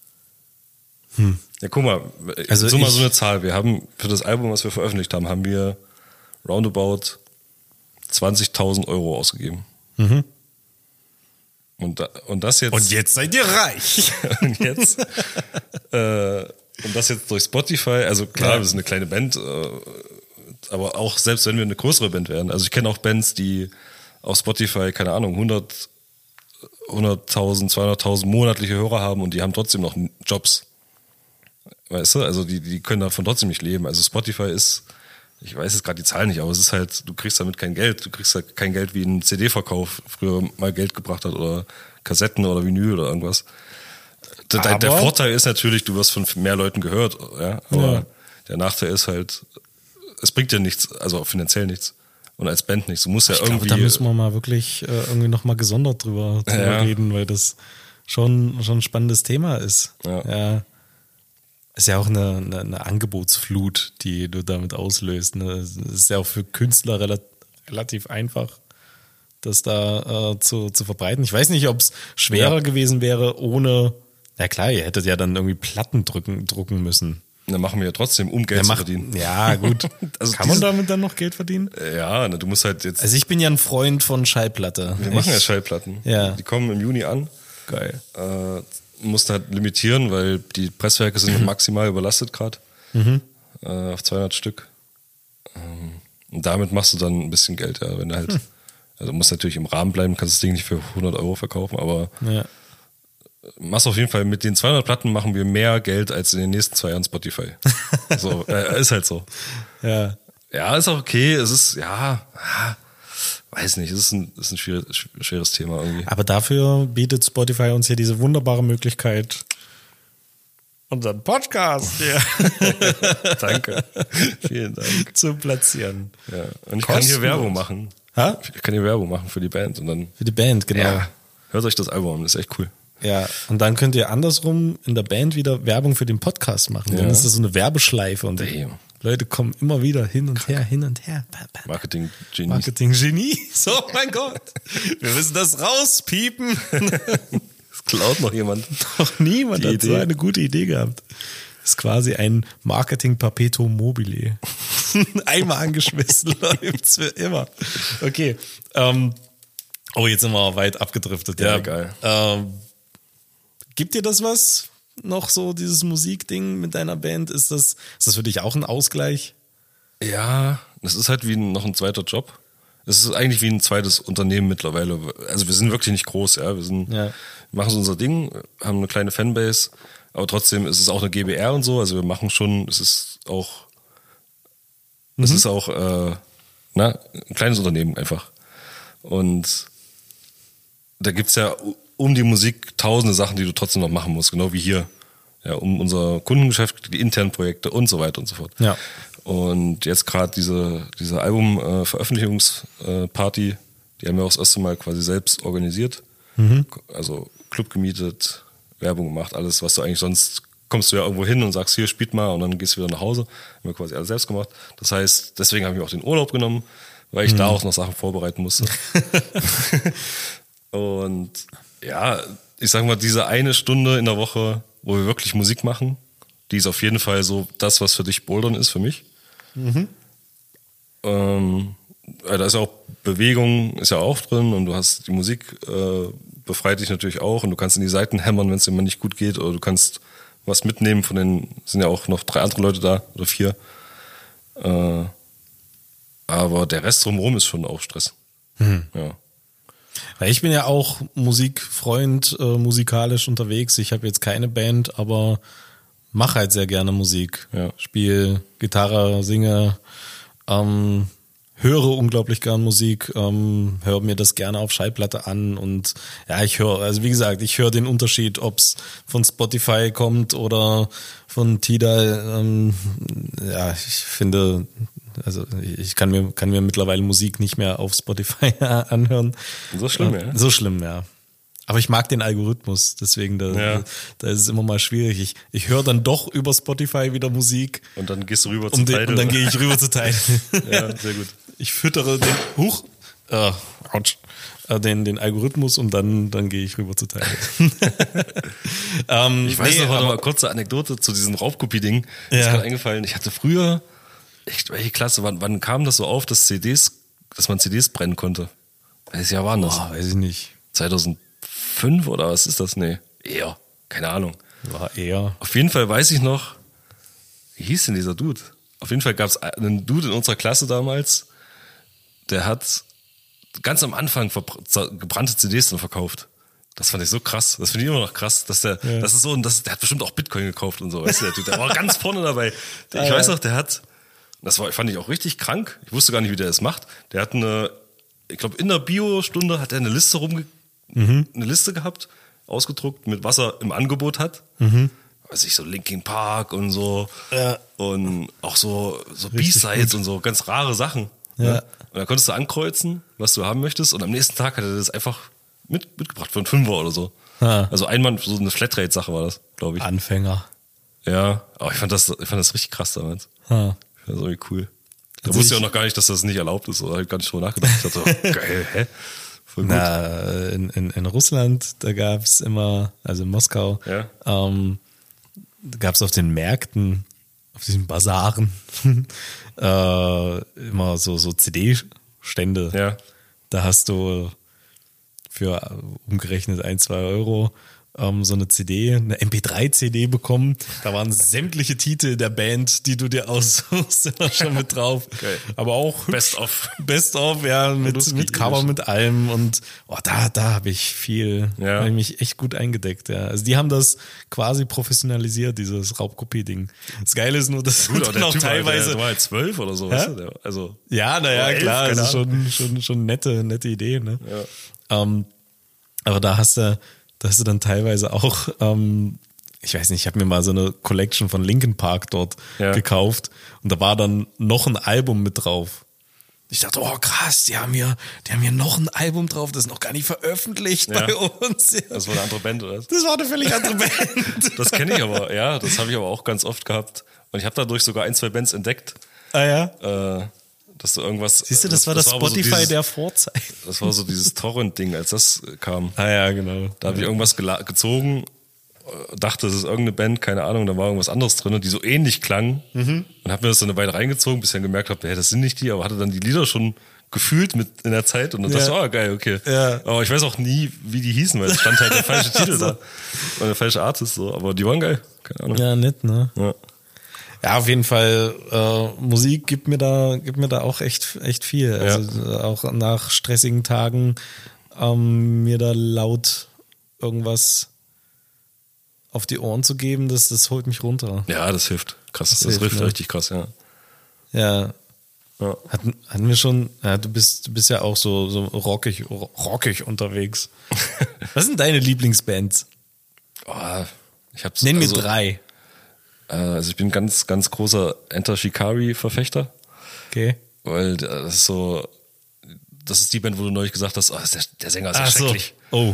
Hm. Ja, guck mal, Also so mal ich- so eine Zahl. Wir haben für das Album, was wir veröffentlicht haben, haben wir roundabout zwanzigtausend Euro ausgegeben. Mhm. Und, da, und das jetzt. Und jetzt seid ihr reich. und jetzt. äh, und das jetzt durch Spotify. Also klar, Ja. wir sind eine kleine Band, äh, aber auch selbst wenn wir eine größere Band wären. Also ich kenne auch Bands, die auf Spotify, keine Ahnung, hundert, hunderttausend, zweihunderttausend monatliche Hörer haben und die haben trotzdem noch Jobs. Weißt du? Also die, die können davon trotzdem nicht leben. Also Spotify ist, ich weiß jetzt gerade die Zahlen nicht, aber es ist halt, du kriegst damit kein Geld. Du kriegst halt kein Geld, wie ein C D-Verkauf früher mal Geld gebracht hat oder Kassetten oder Vinyl oder irgendwas. Der, Aber- der Vorteil ist natürlich, du wirst von mehr Leuten gehört, ja. Aber Ja. der Nachteil ist halt, es bringt dir nichts, also auch finanziell nichts. Und als Band nichts. Du musst ja Ich glaube, irgendwie. da müssen wir mal wirklich äh, irgendwie nochmal gesondert drüber, drüber Ja. reden, weil das schon, schon ein spannendes Thema ist. Ja. ja. Ist ja auch eine, eine, eine Angebotsflut, die du damit auslöst. Ne? Es ist ja auch für Künstler rela- relativ einfach, das da äh, zu, zu verbreiten. Ich weiß nicht, ob es schwerer Ja. gewesen wäre, ohne. Ja klar, ihr hättet ja dann irgendwie Platten drücken, drucken müssen. Dann machen wir ja trotzdem, um Geld Ja, zu mach- verdienen. ja, gut. Also Kann man diese- damit dann noch Geld verdienen? Ja, na, du musst halt jetzt. Also ich bin ja ein Freund von Schallplatte. wir machen ich, ja Schallplatten. Ja. Die kommen im Juni an. Geil. Äh, musst halt limitieren, weil die Presswerke sind maximal überlastet gerade. Mhm. Äh, auf zweihundert Stück. Ähm, und damit machst du dann ein bisschen Geld, ja. Wenn du halt. Also musst natürlich im Rahmen bleiben, kannst das Ding nicht für hundert Euro verkaufen, aber Ja. machst auf jeden Fall mit den zweihundert Platten machen wir mehr Geld als in den nächsten zwei Jahren Spotify. So, äh, ist halt so. Ja. Ja, ist auch okay. Es ist, ja, ah, weiß nicht, es ist ein, es ist ein schwer, schweres Thema irgendwie. Aber dafür bietet Spotify uns hier diese wunderbare Möglichkeit, unseren Podcast hier Danke. Vielen Dank. zu platzieren. Ja. Und ich kann hier Kostenlos. Werbung machen. Ha? Ich kann hier Werbung machen für die Band und dann, Für die Band, genau. ja, Ja. hört euch das Album an, das ist echt cool. Und dann könnt ihr andersrum in der Band wieder Werbung für den Podcast machen. Dann Ja. ist das so eine Werbeschleife und die Damn. Leute kommen immer wieder hin und her, hin und her. Bam, bam. Marketing-Genie. Marketing-Genie. So, mein Gott. Wir müssen das rauspiepen. Das klaut noch jemand. Noch niemand Die hat so Idee. eine gute Idee gehabt. Das ist quasi ein Marketing Perpetuum mobile. Einmal angeschmissen, läuft's für immer. Okay. Ähm, oh, jetzt sind wir weit abgedriftet. Ja, geil. Ähm, gibt dir das was? Noch so dieses Musikding mit deiner Band? Ist das, ist das für dich auch ein Ausgleich? Ja, das ist halt wie ein, noch ein zweiter Job. Es ist eigentlich wie ein zweites Unternehmen mittlerweile. Also wir sind wirklich nicht groß, ja. Wir sind, Ja. machen so unser Ding, haben eine kleine Fanbase, aber trotzdem ist es auch eine G b R und so. Also wir machen schon, es ist auch, es ist auch, äh, na, ein kleines Unternehmen einfach. Und da gibt's ja um die Musik tausende Sachen, die du trotzdem noch machen musst, genau wie hier. Ja, um unser Kundengeschäft, die internen Projekte und so weiter und so fort. Ja. Und jetzt gerade diese, diese Album-Veröffentlichungsparty, die haben wir auch das erste Mal quasi selbst organisiert. Also Club gemietet, Werbung gemacht, alles, was du eigentlich sonst, kommst du ja irgendwo hin und sagst, hier, spielt mal und dann gehst du wieder nach Hause. Haben wir quasi alles selbst gemacht. Das heißt, deswegen habe ich auch den Urlaub genommen, weil ich da auch noch Sachen vorbereiten musste. Und ja, ich sag mal, diese eine Stunde in der Woche, wo wir wirklich Musik machen, die ist auf jeden Fall so das, was für dich Bouldern ist, für mich. Ähm, da ist ja auch Bewegung, ist ja auch drin und du hast die Musik, äh, befreit dich natürlich auch und du kannst in die Seiten hämmern, wenn es dir mal nicht gut geht oder du kannst was mitnehmen von den, sind ja auch noch drei andere Leute da oder vier. Äh, aber der Rest drumherum ist schon auch Stress. Ja. Weil ich bin ja auch Musikfreund, äh, musikalisch unterwegs. Ich habe jetzt keine Band, aber mache halt sehr gerne Musik. Ja. Spiel Gitarre, singe, ähm, höre unglaublich gern Musik, ähm, höre mir das gerne auf Schallplatte an und ja, ich höre, also wie gesagt, ich höre den Unterschied, ob's von Spotify kommt oder von Tidal. Ähm, ja, ich finde, also ich kann mir kann mir mittlerweile Musik nicht mehr auf Spotify anhören. So schlimm, ja. So schlimm, ja. Aber ich mag den Algorithmus, deswegen da, Ja. da ist es immer mal schwierig. Ich, ich höre dann doch über Spotify wieder Musik. Und dann gehst du rüber zu Um den, Tidal. und dann gehe ich rüber zu Tidal. Ja, sehr gut. Ich füttere den, huch, äh, ouch, äh, den, den Algorithmus und dann, dann gehe ich rüber zu Tidal. ähm, Ich weiß nee, noch, warte aber- mal, kurze Anekdote zu diesem Raubkopie-Ding. Mir ist Ja. gerade eingefallen, ich hatte früher, echt, welche Klasse, wann, wann kam das so auf, dass C Ds, dass man C Ds brennen konnte? Welches Jahr war das? Boah, weiß ich nicht. zweitausendfünf oder was ist das? Nee, eher. Keine Ahnung. War eher. Auf jeden Fall weiß ich noch, wie hieß denn dieser Dude? Auf jeden Fall gab es einen Dude in unserer Klasse damals, der hat ganz am Anfang verbr- gebrannte C Ds dann verkauft. Das fand ich so krass. Das finde ich immer noch krass, dass der, Ja. das ist so, und das, der hat bestimmt auch Bitcoin gekauft und so, weißt du, der Typ, der war ganz vorne dabei. Ich Ah, weiß ja. noch, der hat, das war, fand ich auch richtig krank. Ich wusste gar nicht, wie der das macht. Der hat eine, ich glaube, in der Bio-Stunde hat er eine Liste rumge, Mhm. eine Liste gehabt, ausgedruckt, mit was er im Angebot hat. Mhm. Weiß ich, so Linkin Park und so. Ja. Und auch so, so Richtig B-Sides gut. und so, ganz rare Sachen. Ja. Ne? Und da konntest du ankreuzen, was du haben möchtest. Und am nächsten Tag hat er das einfach mit, mitgebracht für einen Fünfer oder so. Ah. Also einmal so eine Flatrate-Sache war das, glaube ich. Anfänger. Ja, aber ich fand das, ich fand das richtig krass damals. Ah. Ich fand das irgendwie cool. Da Also wusste ich ich- auch noch gar nicht, dass das nicht erlaubt ist. Oder hab ich gar nicht drüber nachgedacht. Ich dachte so, geil, hä? Voll gut. Na, in, in, in Russland, da gab es immer, also in Moskau, Ja. ähm, gab es auf den Märkten, auf diesen Basaren, äh, immer so, so C D-Stände. Ja. Da hast du für äh, umgerechnet ein, zwei Euro ähm, so eine C D, eine M P drei C D bekommen. Da waren sämtliche Titel der Band, die du dir aussuchst, immer schon mit drauf. Geil. Aber auch Best of. Best of, ja, mit, Lustig, mit Cover, Edition. mit allem und oh, da, da habe ich viel, Ja. da habe ich mich echt gut eingedeckt, ja. Also die haben das quasi professionalisiert, dieses Raubkopie-Ding. Das Geile ist nur, dass Gut, aber dann der auch Typ, teilweise, teilweise, der war halt zwölf oder so, weißt du? Der, also, ja, naja, Oder elf, klar, keine also schon, schon, schon nette, nette Idee, ne? ja. Ähm, aber da hast du, da hast du dann teilweise auch, ähm, ich weiß nicht, ich habe mir mal so eine Collection von Linkin Park dort Ja. gekauft und da war dann noch ein Album mit drauf. Ich dachte, oh krass, die haben hier, die haben hier noch ein Album drauf, das ist noch gar nicht veröffentlicht Ja. bei uns. Das war eine andere Band, oder? Das war eine völlig andere Band. Das kenne ich aber, ja, das habe ich aber auch ganz oft gehabt. Und ich habe dadurch sogar ein, zwei Bands entdeckt, Ah ja. äh, dass du irgendwas. Siehst du, das, war das, aber Spotify so dieses, der Vorzeit. Das war so dieses Torrent-Ding, als das kam. Ah ja, genau. Da habe ich irgendwas gela- gezogen, äh, dachte, das ist irgendeine Band, keine Ahnung, da war irgendwas anderes drin, die so ähnlich klang. Mhm. Und habe mir das dann eine Weile reingezogen, bis ich dann gemerkt habe, hey, das sind nicht die, aber hatte dann die Lieder schon gefühlt mit in der Zeit und dann Ja. dachte ich, oh geil, okay. Ja. Aber ich weiß auch nie, wie die hießen, weil es stand halt der falsche Titel Also. da. Oder der falsche Artist so, aber die waren geil. Keine Ahnung. Ja, nett, ne? Ja. Ja, auf jeden Fall, äh, Musik gibt mir da, gibt mir da auch echt, echt viel. Also äh, auch nach stressigen Tagen ähm, mir da laut irgendwas auf die Ohren zu geben, das, das holt mich runter. Ja, das hilft. Krass. Das, Das hilft, hilft ne? richtig krass, ja. Ja. Ja. Hatten, hatten wir schon, ja, du bist, du bist ja auch so, so rockig, rockig unterwegs. Was sind deine Lieblingsbands? Oh, ich hab's, Nenn mir also, drei. äh, Also ich bin ganz, ganz großer Enter Shikari-Verfechter, Okay. weil das ist so, das ist die Band, wo du neulich gesagt hast, oh, der, der Sänger ist ja Ach so. schrecklich. Oh.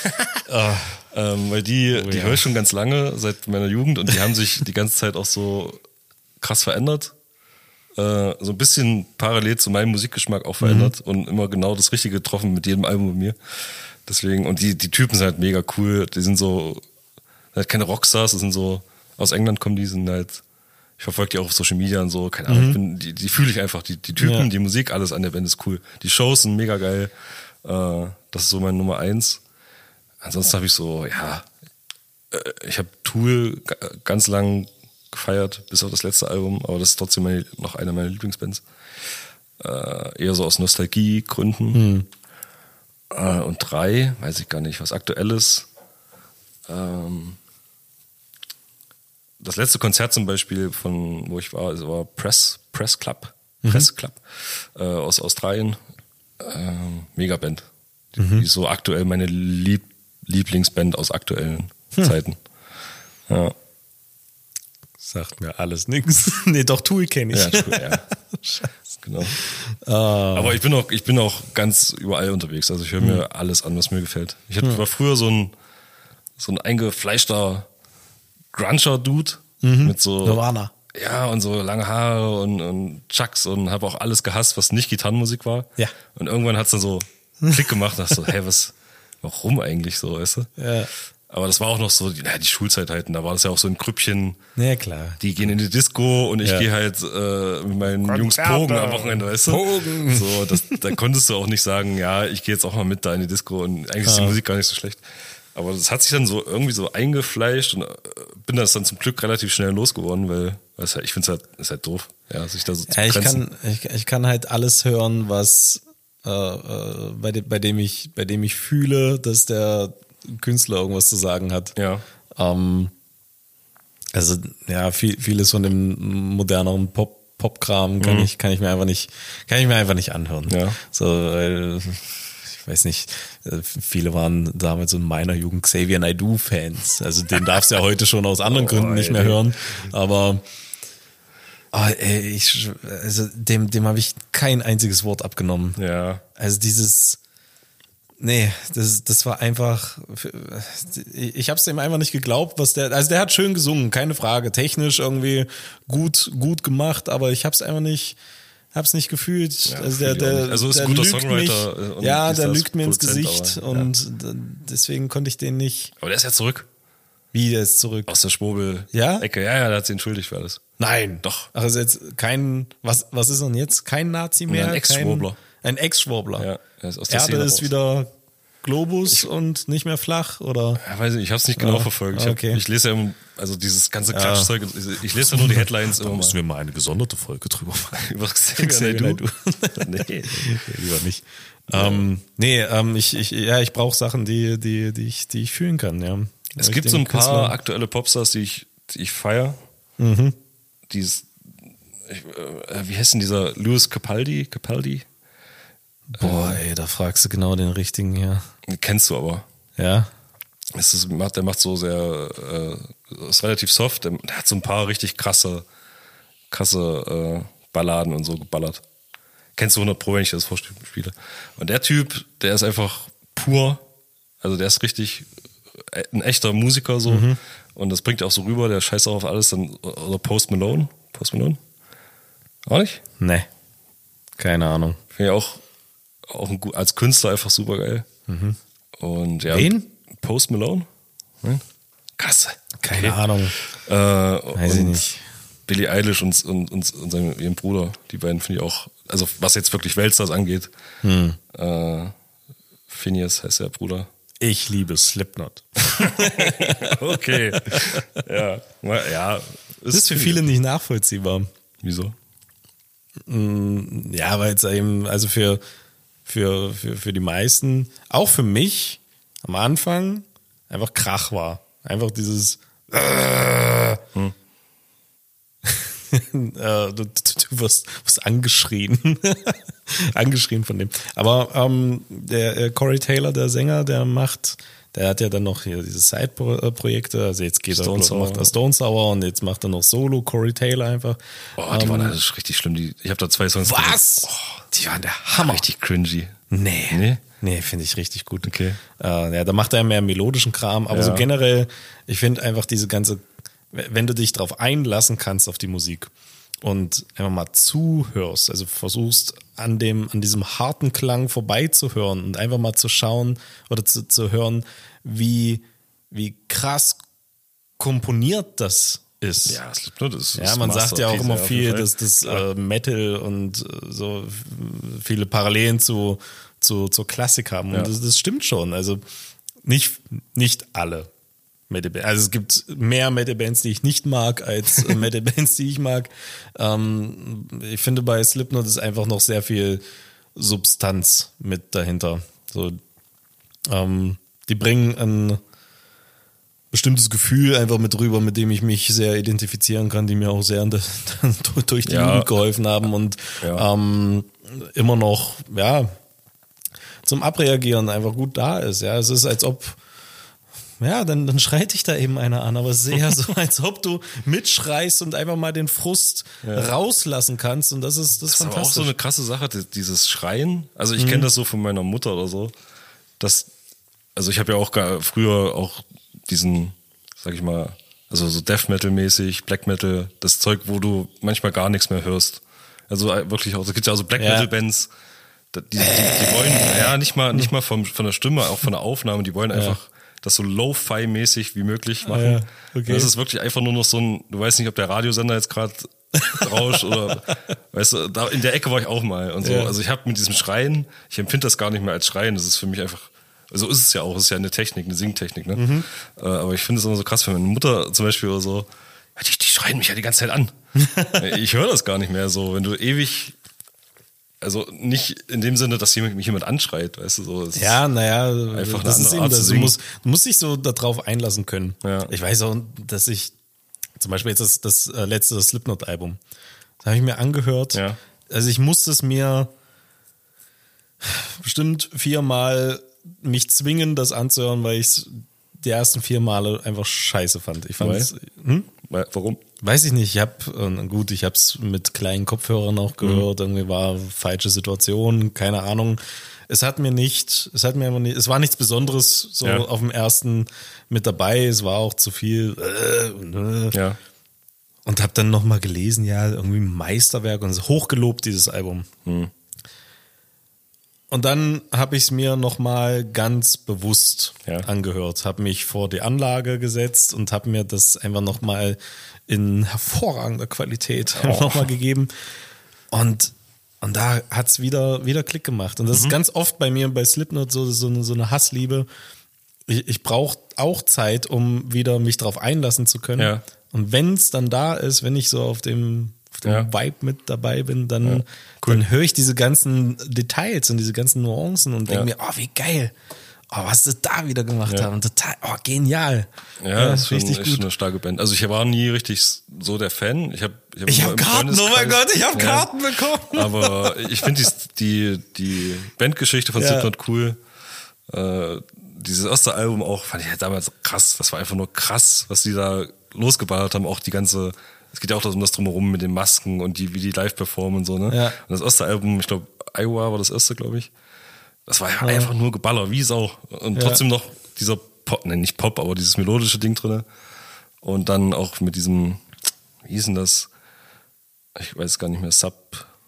Ähm, weil die, Oh, die ja. höre ich schon ganz lange, seit meiner Jugend, und die haben sich die ganze Zeit auch so krass verändert. Äh, so ein bisschen parallel zu meinem Musikgeschmack auch verändert Mhm. und immer genau das Richtige getroffen mit jedem Album mit mir. Deswegen, und die, die Typen sind halt mega cool. Die sind so, halt keine Rockstars, das sind so, aus England kommen die, sind halt, ich verfolge die auch auf Social Media und so, keine Ahnung, ich bin, die, die fühle ich einfach, die, die Typen, Ja. die Musik, alles an der Band ist cool. Die Shows sind mega geil. Äh, das ist so meine Nummer eins. Ansonsten habe ich so, ja, äh, ich habe Tool g- ganz lang gefeiert, bis auf das letzte Album, aber das ist trotzdem meine, noch eine meiner Lieblingsbands. Äh, eher so aus Nostalgiegründen. Hm. Äh, und drei, weiß ich gar nicht, was Aktuelles. Ähm, das letzte Konzert zum Beispiel, von wo ich war, also war Press, Press Club, Press Club äh, aus Australien. Ähm, Megaband. Die, die ist so aktuell meine Lieb Lieblingsband aus aktuellen Zeiten. Ja. Sagt mir alles nix. Nee, doch, Tool kenne ich. Ja, cool, ja. Scheiße. Genau. Uh. Aber ich bin auch, ich bin auch ganz überall unterwegs. Also ich höre mir mhm. alles an, was mir gefällt. Ich hatte, mhm. war früher so ein, so ein eingefleischter Gruncher-Dude mhm. mit so Nirvana. Ja, und so lange Haare und, und Chucks und habe auch alles gehasst, was nicht Gitarrenmusik war. Ja. Und irgendwann hat's dann so Klick gemacht und dachte so, hä, was, warum eigentlich so, weißt du? Ja. Aber das war auch noch so, ja, die Schulzeit halt, und da war das ja auch so ein Grüppchen. Ja, klar. Die gehen in die Disco und ich ja. gehe halt äh, mit meinen Konzerte. Jungs Pogen am Wochenende, weißt du? Pogen. So, das, da konntest du auch nicht sagen, ja, ich gehe jetzt auch mal mit da in die Disco und eigentlich ist die Musik gar nicht so schlecht. Aber das hat sich dann so irgendwie so eingefleischt und bin das dann zum Glück relativ schnell losgeworden, weil, weil ich finde es halt, ist halt doof, ja, sich da so zu ja, ich grenzen. kann, ich, ich kann halt alles hören, was äh, äh, bei, de, bei dem ich, bei dem ich fühle, dass der Künstler irgendwas zu sagen hat. Ja. Ähm, also ja, viel, vieles von dem moderneren Pop Popkram kann mhm. ich kann ich mir einfach nicht kann ich mir einfach nicht anhören. Ja. So, weil, ich weiß nicht, viele waren damals so in meiner Jugend Xavier Naidoo Fans. Also den darfst du ja heute schon aus anderen oh, Gründen nicht mehr ey. hören. Aber oh, ey, ich, also dem dem habe ich kein einziges Wort abgenommen. Ja. Also dieses Nee, das, das war einfach, ich habe es dem einfach nicht geglaubt, was der, also der hat schön gesungen, keine Frage, technisch irgendwie gut, gut gemacht, aber ich habe es einfach nicht, hab's nicht gefühlt. Ja, also der, der, also ist der ein guter lügt Songwriter. Mich, ja, der lügt mir ins Produzent, Gesicht aber, und ja. deswegen konnte ich den nicht. Aber der ist ja zurück. Wie, der ist zurück? Aus der Schwurbel-Ecke. Ja? Ja, ja, der hat sich entschuldigt für alles. Nein. Doch. Ach, also jetzt kein, was, was ist denn jetzt? Kein Nazi mehr? Ein Ex-Schwurbler. Ein Ex-Schwurbler. Ja, er ist aus der Erde Szene ist raus. wieder Globus ich, und nicht mehr flach, oder? Ja, weiß ich, ich habe es nicht genau ja, verfolgt. Ich, okay. hab, ich lese ja, also dieses ganze Quatschzeug, ich, ich lese ja nur die Headlines immer mal. mal. Müssen wir mal eine gesonderte Folge drüber machen. Über Xavier Naidoo? Nee, lieber nicht. Ja. Ähm, nee, ähm, ich, ich, ja, ich brauche Sachen, die, die, die, ich, die ich fühlen kann, ja. Es gibt so ein paar Künstler aktuelle Popstars, die ich, die ich feiere. Mhm. Dieses, ich, äh, wie heißt denn dieser Louis Capaldi? Capaldi? Boah, ey, da fragst du genau den richtigen hier. Den kennst du aber. Ja. Es ist, der macht so sehr, äh, ist relativ soft. Der, der hat so ein paar richtig krasse, krasse äh, Balladen und so geballert. Kennst du hundert Pro, wenn ich das vorspiele. Und der Typ, der ist einfach pur, also der ist richtig ein echter Musiker so. Mhm. Und das bringt auch so rüber, der scheißt auch auf alles. Dann, oder Post Malone. Post Malone? Auch nicht? Nee. Keine Ahnung. Finde ich auch, auch ein, als Künstler einfach super geil. Mhm. Und ja. Wen? Post Malone? Hm? Krass. Keine okay. Ahnung. Äh, Weiß und ich nicht. Billie Eilish und, und, und, und seinem, ihrem Bruder, die beiden finde ich auch, also was jetzt wirklich Weltstars angeht. Hm. Äh, Phineas heißt der Bruder. Ich liebe Slipknot. Okay. Ja. ja ist das ist für viele nicht nachvollziehbar. Wieso? Ja, weil es eben, also für, für, für, für die meisten, auch für mich am Anfang einfach Krach war. Einfach dieses hm. du, du, du wirst, wirst angeschrien. angeschrien von dem. Aber ähm, der äh, Corey Taylor, der Sänger, der macht, der hat ja dann noch hier diese Side-Projekte, also jetzt geht Stone er, Sour. macht er Stone Sour und jetzt macht er noch Solo, Corey Taylor einfach. Oh, die ähm, waren alles richtig schlimm. Die, ich habe da zwei Songs Was? Oh, die waren der Hammer. Richtig cringy. Nee. Nee? Nee, finde ich richtig gut. Okay. Äh, ja, da macht er mehr melodischen Kram, aber ja. so generell, ich finde einfach diese ganze, wenn du dich drauf einlassen kannst auf die Musik und einfach mal zuhörst, also versuchst an dem, an diesem harten Klang vorbeizuhören und einfach mal zu schauen oder zu, zu hören, wie, wie krass komponiert das ist. Ja, Slipknot ist, ja, man sagt ja auch immer viel, dass das ja. äh, Metal und äh, so viele Parallelen zu, zu, zur Klassik haben. Und ja. das, das stimmt schon. Also nicht, nicht alle Metal-Bands. Also es gibt mehr Metal-Bands, die ich nicht mag, als Metal-Bands, die ich mag. Ähm, ich finde, bei Slipknot ist einfach noch sehr viel Substanz mit dahinter. So, ähm, die bringen ein bestimmtes Gefühl einfach mit rüber, mit dem ich mich sehr identifizieren kann, die mir auch sehr der, durch die ja. Jugend geholfen haben und ja. ähm, immer noch, ja, zum Abreagieren einfach gut da ist. Ja, es ist, als ob, ja, dann, dann schreit dich da eben einer an, aber es ist eher so, als ob du mitschreist und einfach mal den Frust ja. rauslassen kannst und das ist das, das ist fantastisch. Aber auch so eine krasse Sache, dieses Schreien. Also ich mhm. kenne das so von meiner Mutter oder so, dass, also ich habe ja auch gar, früher auch diesen, sag ich mal, also so Death Metal mäßig, Black Metal, das Zeug, wo du manchmal gar nichts mehr hörst. Also wirklich auch, es gibt ja auch so Black ja. Metal Bands, die, die, die wollen ja nicht mal nicht mal vom, von der Stimme, auch von der Aufnahme, die wollen einfach ja. das so Lo-Fi-mäßig wie möglich machen. Ja, okay. Das ist wirklich einfach nur noch so ein, du weißt nicht, ob der Radiosender jetzt gerade rauscht oder, weißt du, da in der Ecke war ich auch mal und so. Ja. Also ich habe mit diesem Schreien, ich empfinde das gar nicht mehr als Schreien, das ist für mich einfach, also ist es ja auch, es ist ja eine Technik, eine Singtechnik, ne? Mhm. Äh, aber ich finde es immer so krass, wenn meine Mutter zum Beispiel oder so, die, die schreien mich ja die ganze Zeit an. Ich höre das gar nicht mehr so, wenn du ewig, also nicht in dem Sinne, dass mich jemand anschreit, weißt du, so. Ja, naja, einfach das ist eben das. Du musst, du musst dich so darauf einlassen können. Ja. Ich weiß auch, dass ich, zum Beispiel jetzt das, das letzte Slipknot-Album, das habe ich mir angehört. Ja. Also ich musste es mir bestimmt viermal mich zwingen, das anzuhören, weil ich es die ersten vier Male einfach scheiße fand. Ich fand es, hm? Warum? Weiß ich nicht. Ich habe, gut, ich habe es mit kleinen Kopfhörern auch gehört. Mhm. Irgendwie war falsche Situation, keine Ahnung. Es hat mir nicht, es hat mir immer nicht, es war nichts Besonderes so ja. auf dem ersten mit dabei. Es war auch zu viel. Äh, äh. Ja. Und habe dann nochmal gelesen, ja, irgendwie ein Meisterwerk und hochgelobt, dieses Album. Mhm. Und dann habe ich es mir nochmal ganz bewusst ja. angehört, habe mich vor die Anlage gesetzt und habe mir das einfach nochmal in hervorragender Qualität oh. nochmal gegeben. Und, und da hat es wieder, wieder Klick gemacht. Und das mhm. ist ganz oft bei mir bei Slipknot so, so, eine, so eine Hassliebe. Ich, ich brauche auch Zeit, um wieder mich drauf einlassen zu können. Ja. Und wenn es dann da ist, wenn ich so auf dem auf dem ja. Vibe mit dabei bin, dann, ja. cool. dann höre ich diese ganzen Details und diese ganzen Nuancen und denke ja. mir, oh, wie geil. Oh, was sie da wieder gemacht ja. haben. Total, oh, genial. Ja, ja das ist richtig schon, gut. Eine starke Band. Also ich war nie richtig so der Fan. Ich habe ich hab, ich hab Karten, oh mein Gott, ich habe ja. Karten bekommen. Aber ich finde die, die Bandgeschichte von ja. Slipknot cool. Äh, dieses erste Album auch, fand ich halt damals krass. Das war einfach nur krass, was die da losgeballert haben. Auch die ganze... Es geht ja auch um das Drumherum mit den Masken und die, wie die live performen und so, ne? Ja. Und das erste Album, ich glaube, Iowa war das erste, glaube ich. Das war ja einfach nur Geballer, wie Sau. Und trotzdem ja. noch dieser Pop, ne, nicht Pop, aber dieses melodische Ding drin. Und dann auch mit diesem, wie hieß denn das? Ich weiß gar nicht mehr, Sub,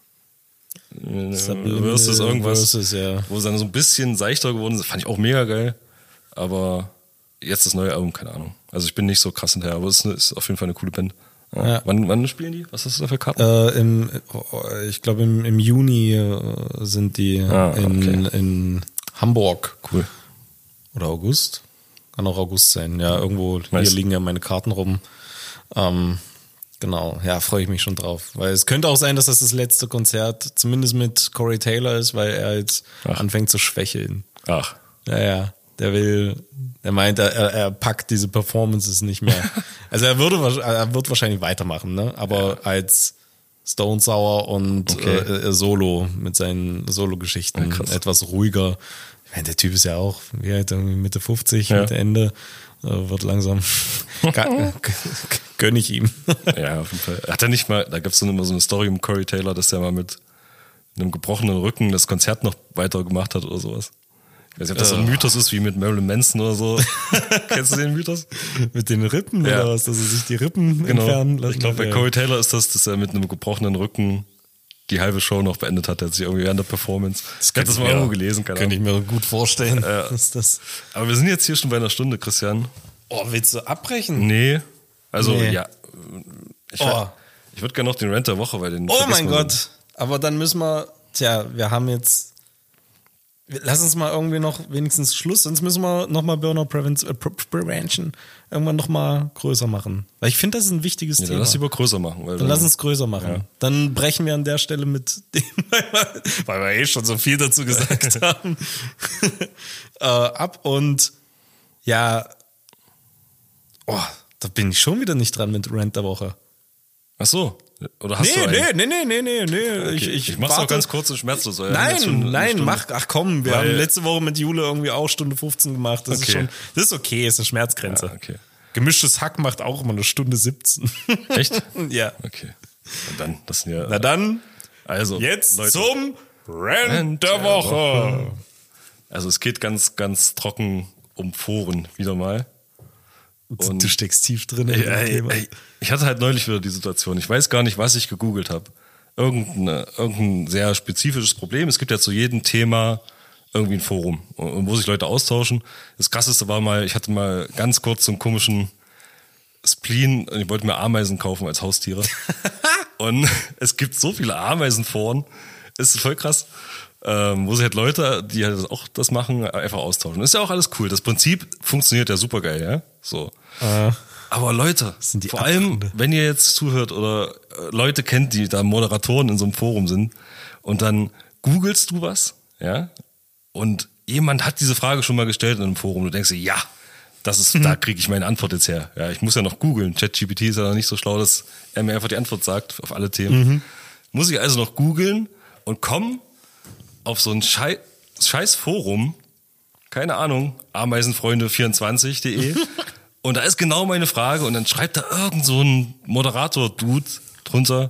Sub Versus irgendwas. Versus, ja. Wo es dann so ein bisschen seichter geworden ist. Fand ich auch mega geil. Aber jetzt das neue Album, keine Ahnung. Also ich bin nicht so krass hinterher, aber es ist, ist auf jeden Fall eine coole Band. Ja. Ja. Wann, wann spielen die? Was hast du da für Karten? Äh, im, ich glaube im, im Juni äh, sind die ah, in, okay. in Hamburg. Cool. Oder August? Kann auch August sein. Ja, irgendwo nice. Hier liegen ja meine Karten rum. Ähm, genau, ja, freue ich mich schon drauf. Weil es könnte auch sein, dass das das letzte Konzert zumindest mit Corey Taylor ist, weil er jetzt Ach. anfängt zu schwächeln. Ach. Ja, ja. Der will, der meint, er, er packt diese Performances nicht mehr. Also er würde, er wird wahrscheinlich weitermachen, ne? Aber ja. als Stone Sour und okay. äh, Solo mit seinen Solo-Geschichten ja, etwas ruhiger. Ich meine, der Typ ist ja auch, wie alt, irgendwie Mitte fünfzig, ja. Mitte Ende, äh, wird langsam, gönn ich ihm. Ja, auf jeden Fall. Hat er nicht mal, da gab es dann immer so eine Story um Corey Taylor, dass der mal mit einem gebrochenen Rücken das Konzert noch weiter gemacht hat oder sowas. Ich weiß nicht, ob das so ein Mythos ist wie mit Marilyn Manson oder so. Kennst du den Mythos? Mit den Rippen ja. oder was, dass er sich die Rippen genau. entfernen lassen. Ich glaube, bei ja. Corey Taylor ist das, dass er mit einem gebrochenen Rücken die halbe Show noch beendet hat. Der hat sich irgendwie während der Performance. Das könnte ich mal irgendwo gelesen. Könnte ich mir gut vorstellen. Ja. Dass das Aber wir sind jetzt hier schon bei einer Stunde, Christian. Oh, willst du abbrechen? Nee. Also, nee. ja. Ich, oh. ich würde gerne noch den Rant der Woche, weil den Oh mein Gott. Sind. Aber dann müssen wir, tja, wir haben jetzt lass uns mal irgendwie noch wenigstens Schluss, sonst müssen wir nochmal Burnout Prevention irgendwann nochmal größer machen. Weil ich finde, das ist ein wichtiges ja, Thema. Dann lass lieber größer machen. Weil dann, dann lass uns größer machen. Ja. Dann brechen wir an der Stelle mit dem, weil wir eh schon so viel dazu gesagt haben, äh, ab und ja, oh, da bin ich schon wieder nicht dran mit Rant der Woche. Ach so. Oder hast Nee, du einen? nee, nee, nee, nee, nee, nee. Okay. Ich, ich, Ich mach's warte. auch ganz kurz und schmerzlos. Wir haben jetzt schon Nein, eine nein, Stunde. mach, ach komm, wir Weil- haben letzte Woche mit Jule irgendwie auch Stunde fünfzehn gemacht. Das ist Okay. schon, das ist okay, ist eine Schmerzgrenze. Ja, okay. Gemischtes Hack macht auch immer eine Stunde siebzehn. Echt? Ja. Okay. Und dann, das sind ja. Na dann, Also, jetzt Leute, zum Rant Rant der der Woche. Also es geht ganz, ganz trocken um Foren wieder mal. Und du steckst tief drin in ey, dem ey, Thema. ey, ich hatte halt neulich wieder die Situation. Ich weiß gar nicht, was ich gegoogelt habe. Irgendeine, irgendein sehr spezifisches Problem. Es gibt ja zu jedem Thema irgendwie ein Forum, wo sich Leute austauschen. Das Krasseste war mal, ich hatte mal ganz kurz so einen komischen Spleen. Ich wollte mir Ameisen kaufen als Haustiere. Und es gibt so viele Ameisenforen. Ist voll krass. Ähm, wo sich halt Leute, die halt auch das machen, einfach austauschen. Ist ja auch alles cool. Das Prinzip funktioniert ja super geil, ja? So. Äh, Aber Leute, sind die vor allem, Abgründe. wenn ihr jetzt zuhört oder äh, Leute kennt, die da Moderatoren in so einem Forum sind und dann googelst du was, ja? Und jemand hat diese Frage schon mal gestellt in einem Forum. Du denkst dir, ja, das ist, da kriege ich meine Antwort jetzt her. Ja, ich muss ja noch googeln. ChatGPT ist ja noch nicht so schlau, dass er mir einfach die Antwort sagt auf alle Themen. Mhm. Muss ich also noch googeln und komm auf so ein Schei scheiß Forum, keine Ahnung, ameisenfreunde vierundzwanzig punkt de und da ist genau meine Frage und dann schreibt da irgend so ein Moderator-Dude drunter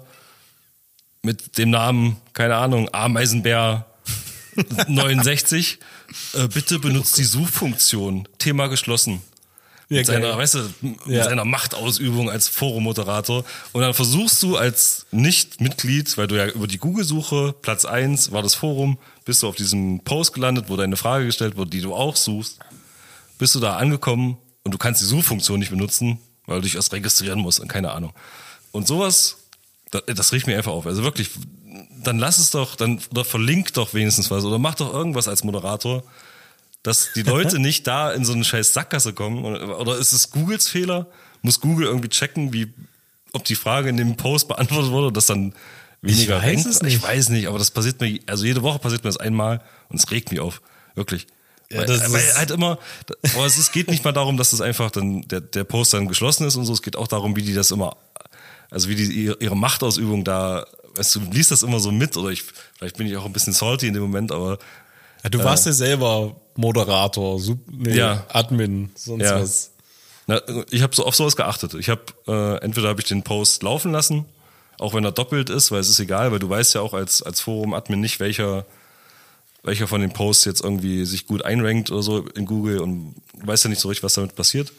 mit dem Namen, keine Ahnung, Ameisenbär neunundsechzig, äh, bitte benutzt die Suchfunktion, Thema geschlossen. Ja, Mit seiner, geil. weißt du, mit Ja. seiner Machtausübung als Forum-Moderator. Und dann versuchst du als Nicht-Mitglied, weil du ja über die Google-Suche, Platz eins war das Forum, bist du auf diesem Post gelandet, wo deine Frage gestellt wurde, die du auch suchst, bist du da angekommen und du kannst die Suchfunktion nicht benutzen, weil du dich erst registrieren musst und keine Ahnung. Und sowas, das, das riecht mir einfach auf. Also wirklich, dann lass es doch, dann oder verlink doch wenigstens was oder mach doch irgendwas als Moderator, dass die Leute nicht da in so eine scheiß Sackgasse kommen. Oder, oder ist es Googles Fehler? Muss Google irgendwie checken, wie, ob die Frage in dem Post beantwortet wurde und das dann weniger Ich weiß rankt? es nicht. Ich weiß nicht, aber das passiert mir, also jede Woche passiert mir das einmal und es regt mich auf. Wirklich. Ja, weil, das weil ist- halt immer, aber es ist, geht nicht mal darum, dass das einfach dann der, der Post dann geschlossen ist und so. Es geht auch darum, wie die das immer, also wie die ihre, ihre Machtausübung da, weißt du, du liest das immer so mit oder ich, vielleicht bin ich auch ein bisschen salty in dem Moment, aber Ja, du warst ja selber Moderator, Sup nee, Ja. Admin, sonst Ja. was. Na, ich habe so auf sowas geachtet. Ich habe äh, entweder habe ich den Post laufen lassen, auch wenn er doppelt ist, weil es ist egal, weil du weißt ja auch als als Forum-Admin nicht, welcher welcher von den Posts jetzt irgendwie sich gut einrankt oder so in Google und du weißt ja nicht so richtig, was damit passiert.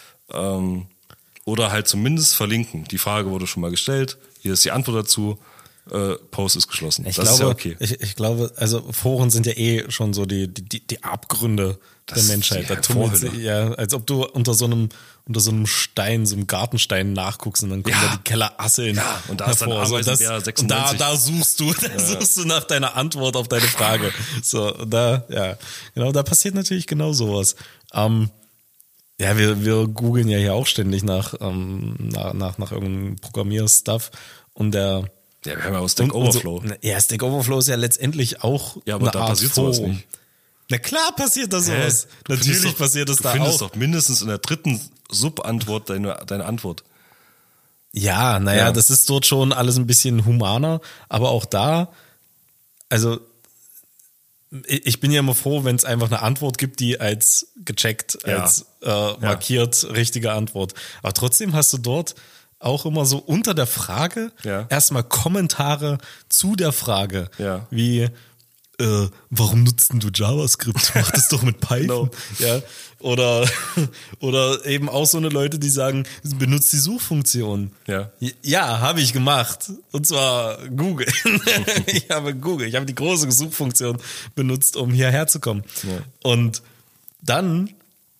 Ähm, oder halt zumindest verlinken. Die Frage wurde schon mal gestellt, hier ist die Antwort dazu, äh, Post ist geschlossen. Ich das glaube, ist ja okay. ich, ich glaube, also Foren sind ja eh schon so die, die, die Abgründe Das der ist Menschheit. die Da tummelt sie, Vorhölle. ja, als ob du unter so einem, unter so einem Stein, so einem Gartenstein nachguckst und dann kommen Ja. da die Kellerasseln Ja, und da ist dann hervor. So, das, Ameisenbär und da, sechsundneunzig. da suchst du, da suchst du nach deiner Antwort auf deine Frage. So, und da, ja, genau, da passiert natürlich genau sowas. Ähm, ja, wir, wir googeln ja hier auch ständig nach, ähm, nach, nach, nach irgendeinem Programmierstuff und der, Ja, wir haben ja auch Stack und- und so- Overflow. Ja, Stack Overflow ist ja letztendlich auch Ja, aber eine da Art passiert sowas Forum. nicht. Na klar passiert da Hä? sowas. Du findest Natürlich doch- passiert es du da findest auch. doch mindestens in der dritten Subantwort deine, deine Antwort. Ja, naja, Ja. das ist dort schon alles ein bisschen humaner, aber auch da, also ich ich bin ja immer froh, wenn es einfach eine Antwort gibt, die als gecheckt, Ja. als äh, markiert richtige Antwort. Aber trotzdem hast du dort auch immer so unter der Frage Ja. erstmal Kommentare zu der Frage, Ja. wie äh, warum nutzt denn du JavaScript? Mach das doch mit Python. Genau. Ja. Oder, oder eben auch so eine Leute, die sagen, benutzt die Suchfunktion. Ja. Ja, habe ich gemacht. Und zwar Google. Ich habe Google. Ich habe die große Suchfunktion benutzt, um hierher zu kommen. Ja. Und dann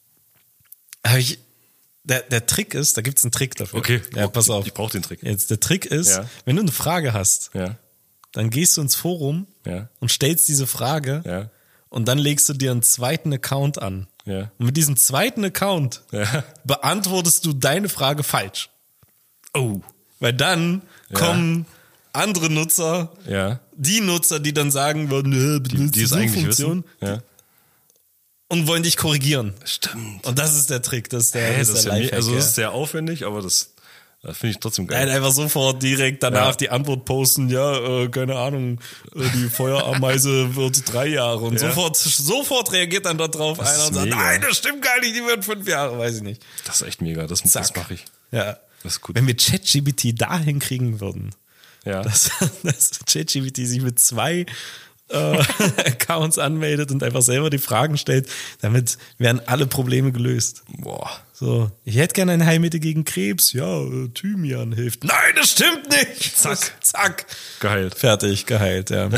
habe ich, der, der Trick ist, da gibt's einen Trick dafür. Okay, Ja, pass auf. ich brauche den Trick. Jetzt, der Trick ist, Ja. wenn du eine Frage hast, Ja, dann gehst du ins Forum Ja. und stellst diese Frage ja, und dann legst du dir einen zweiten Account an. ja, Und mit diesem zweiten Account ja. beantwortest du deine Frage falsch. Oh. Weil dann Ja. kommen andere Nutzer, Ja. die Nutzer, die dann sagen würden, nö, Die, benutzt die es eigentlich Suchfunktion wissen. Ja. und wollen dich korrigieren. Stimmt. Und das ist der Trick, das ist der, Hey, das das ist ist der ja nie, Lifehack. also ja. das ist sehr aufwendig, aber das Das finde ich trotzdem geil. Nein, einfach sofort direkt danach Ja. die Antwort posten, ja, äh, keine Ahnung, äh, die Feuerameise wird drei Jahre und Ja. sofort, sofort reagiert dann da drauf Das einer ist und sagt, mega. nein, das stimmt gar nicht, die wird fünf Jahre, weiß ich nicht. Das ist echt mega, das, das Zack. mache ich. Ja. Das ist gut. Wenn wir ChatGPT dahin kriegen würden, Ja. dass, dass ChatGPT sich mit zwei äh, Accounts anmeldet und einfach selber die Fragen stellt, damit wären alle Probleme gelöst. Boah. So, ich hätte gerne ein Heilmittel gegen Krebs. Ja, äh, Thymian hilft. Nein, das stimmt nicht. Zack. Das, zack. Geheilt. Fertig, geheilt, ja.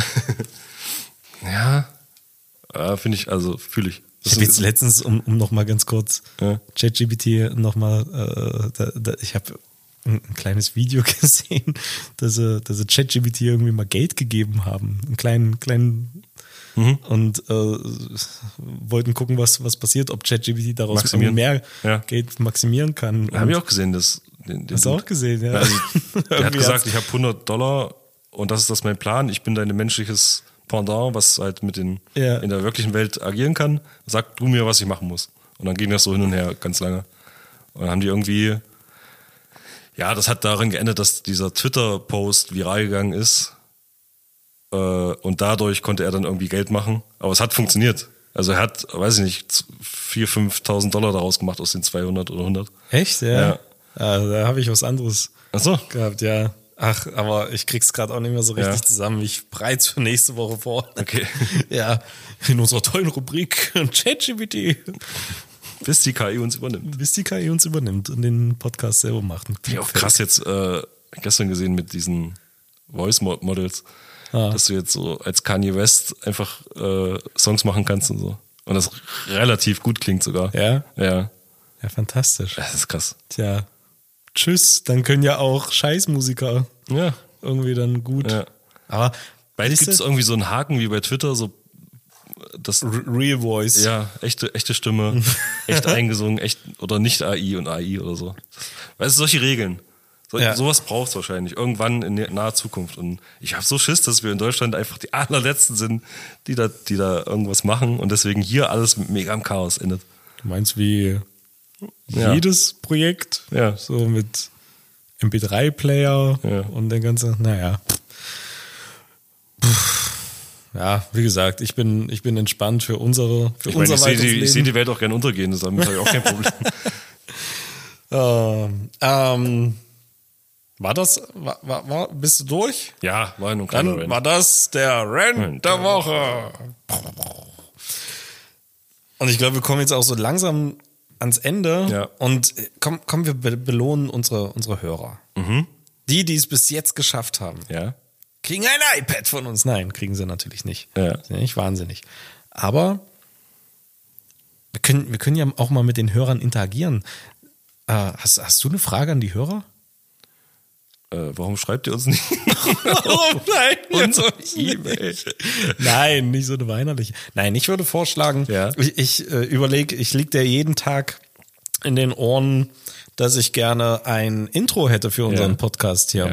Ja. Äh, finde ich, also fühle ich. Ich habe jetzt letztens, um, um nochmal ganz kurz Ja. ChatGPT nochmal, äh, da, da, ich habe ein, ein kleines Video gesehen, dass sie, dass sie ChatGPT irgendwie mal Geld gegeben haben. Einen kleinen, kleinen Mhm. und äh, wollten gucken, was, was passiert, ob ChatGPT daraus irgendwie Maximieren. mehr Ja. Geld maximieren kann. Habe ich auch gesehen, das. Den, den Hast du Dude. auch gesehen, ja. Also, der hat Irgendwie gesagt, hat's- ich habe hundert Dollar und das ist das mein Plan. Ich bin dein menschliches Pendant, was halt mit den Ja. in der wirklichen Welt agieren kann. Sag du mir, was ich machen muss. Und dann ging das so hin und her ganz lange. Und dann haben die irgendwie, ja, das hat darin geendet, dass dieser Twitter-Post viral gegangen ist. Äh, und dadurch konnte er dann irgendwie Geld machen. Aber es hat funktioniert. Also er hat, weiß ich nicht, viertausend, fünftausend Dollar daraus gemacht aus den zweihundert oder hundert. Echt, ja? Ja. Ah, da habe ich was anderes Ach so. gehabt, ja. Ach, aber ich krieg's gerade auch nicht mehr so richtig Ja. zusammen. Ich bereits für nächste Woche vor. Okay. Ja, in unserer tollen Rubrik ChatGPT, Bis die K I uns übernimmt. bis die K I uns übernimmt und den Podcast selber macht. Ja, auch krass jetzt äh, gestern gesehen mit diesen Voice Mo- Models, Ah. dass du jetzt so als Kanye West einfach äh, Songs machen kannst und so. Und das relativ gut klingt sogar. Ja? Ja. Ja, fantastisch. Das ist krass. Tja, tschüss, dann können ja auch Scheißmusiker Ja. irgendwie dann gut. Ja. Aber Bald siehste, gibt es irgendwie so einen Haken wie bei Twitter, so das R- Real Voice. ja, echte, echte Stimme, echt eingesungen, echt oder nicht A I und A I oder so. Weißt du, solche Regeln. So, Ja. Sowas braucht es wahrscheinlich irgendwann in naher Zukunft. Und ich habe so Schiss, dass wir in Deutschland einfach die allerletzten sind, die da, die da irgendwas machen und deswegen hier alles mega im Chaos endet. Du meinst wie Ja. jedes Projekt? Ja. So mit M P drei Player Ja. und der ganze, naja. Pff. Ja, wie gesagt, ich bin, ich bin entspannt für unsere, für Ich meine, unser ich sehe weiteres die, Leben. ich seh die Welt auch gerne untergehen, damit habe ich auch kein Problem. Ähm, ähm, war das, war, war, war, bist du durch? Ja, war nur ein kleiner Dann Rant. war das der Rant der Woche. Und ich glaube, wir kommen jetzt auch so langsam ans Ende. Ja. Und äh, komm, komm, wir be- belohnen unsere, unsere Hörer. Mhm. Die, die es bis jetzt geschafft haben, Ja. kriegen ein iPad von uns. Nein, kriegen sie natürlich nicht. Ja. Sind ja nicht wahnsinnig. Aber wir können, wir können ja auch mal mit den Hörern interagieren. Äh, hast, hast du eine Frage an die Hörer? Äh, warum schreibt ihr uns nicht? Warum? Nein, Unsere E-Mail. Nein, nicht so eine weinerliche. Nein, ich würde vorschlagen, Ja. ich, ich äh, überlege, ich liege dir jeden Tag in den Ohren, dass ich gerne ein Intro hätte für unseren Ja. Podcast hier. Ja.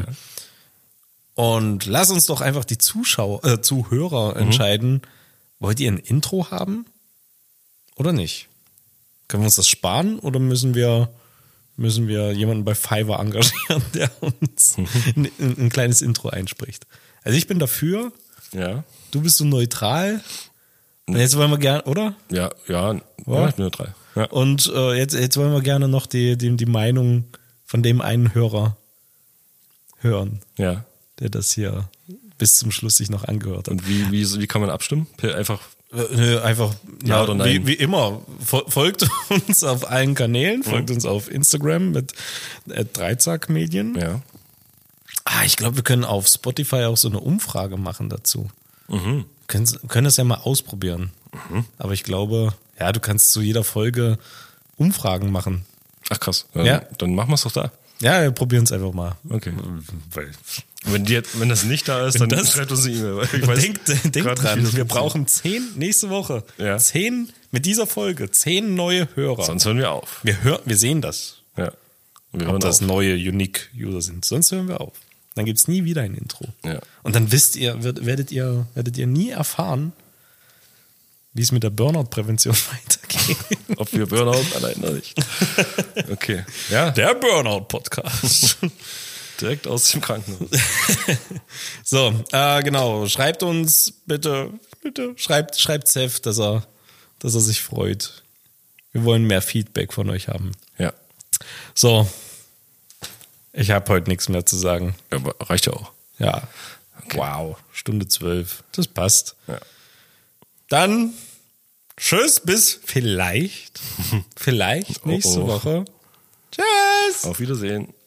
Und lass uns doch einfach die Zuschauer, äh, Zuhörer Mhm. entscheiden, wollt ihr ein Intro haben oder nicht? Können wir uns das sparen oder müssen wir müssen wir jemanden bei Fiverr engagieren, der uns ein, ein kleines Intro einspricht? Also ich bin dafür, Ja. du bist so neutral. Und jetzt wollen wir gerne, oder? Ja, ja, Ja. ja, ich bin nur drei. Ja. Und äh, jetzt, jetzt wollen wir gerne noch die, die, die Meinung von dem einen Hörer hören, ja. der das hier bis zum Schluss sich noch angehört hat. Und wie, wie, wie kann man abstimmen? Per- Einfach, Äh, nö, einfach Ja ja, oder nein? Wie, wie immer. Fol- Folgt uns auf allen Kanälen, folgt uns auf Instagram mit äh, Dreizack Medien. ja. Ah, ich glaube, wir können auf Spotify auch so eine Umfrage machen dazu. Mhm. Können, können das ja mal ausprobieren. Aber ich glaube, ja, du kannst zu jeder Folge Umfragen machen. Ach krass. Dann, Ja. dann machen wir es doch da. Ja, wir probieren es einfach mal. Okay. Weil, Wenn, die, wenn das nicht da ist, dann das- schreibt uns eine E-Mail. weil Ich weiß denkt denk grad nicht, wie dran, das wir funktioniert. brauchen zehn nächste Woche. Ja. Zehn mit dieser Folge, zehn neue Hörer. Sonst hören wir auf. wir, hören, wir sehen das. Ja. Wir Ob hören das auf. neue Unique-User sind. Sonst hören wir auf. Dann gibt es nie wieder ein Intro. Ja. Und dann wisst ihr, werdet, werdet ihr, werdet ihr nie erfahren, wie es mit der Burnout-Prävention weitergeht. Ob wir Burnout allein oder nicht. Okay. Ja. Der Burnout-Podcast. Direkt aus dem Krankenhaus. So, äh, genau. Schreibt uns bitte, bitte, schreibt, schreibt Seth, dass er, dass er sich freut. Wir wollen mehr Feedback von euch haben. Ja. So. Ich habe heute nichts mehr zu sagen. Ja, aber reicht ja auch. Ja. Okay. Wow. Stunde zwölf. Das passt. Ja. Dann tschüss, bis vielleicht, vielleicht nächste Oh, oh. Woche. Tschüss. Auf Wiedersehen.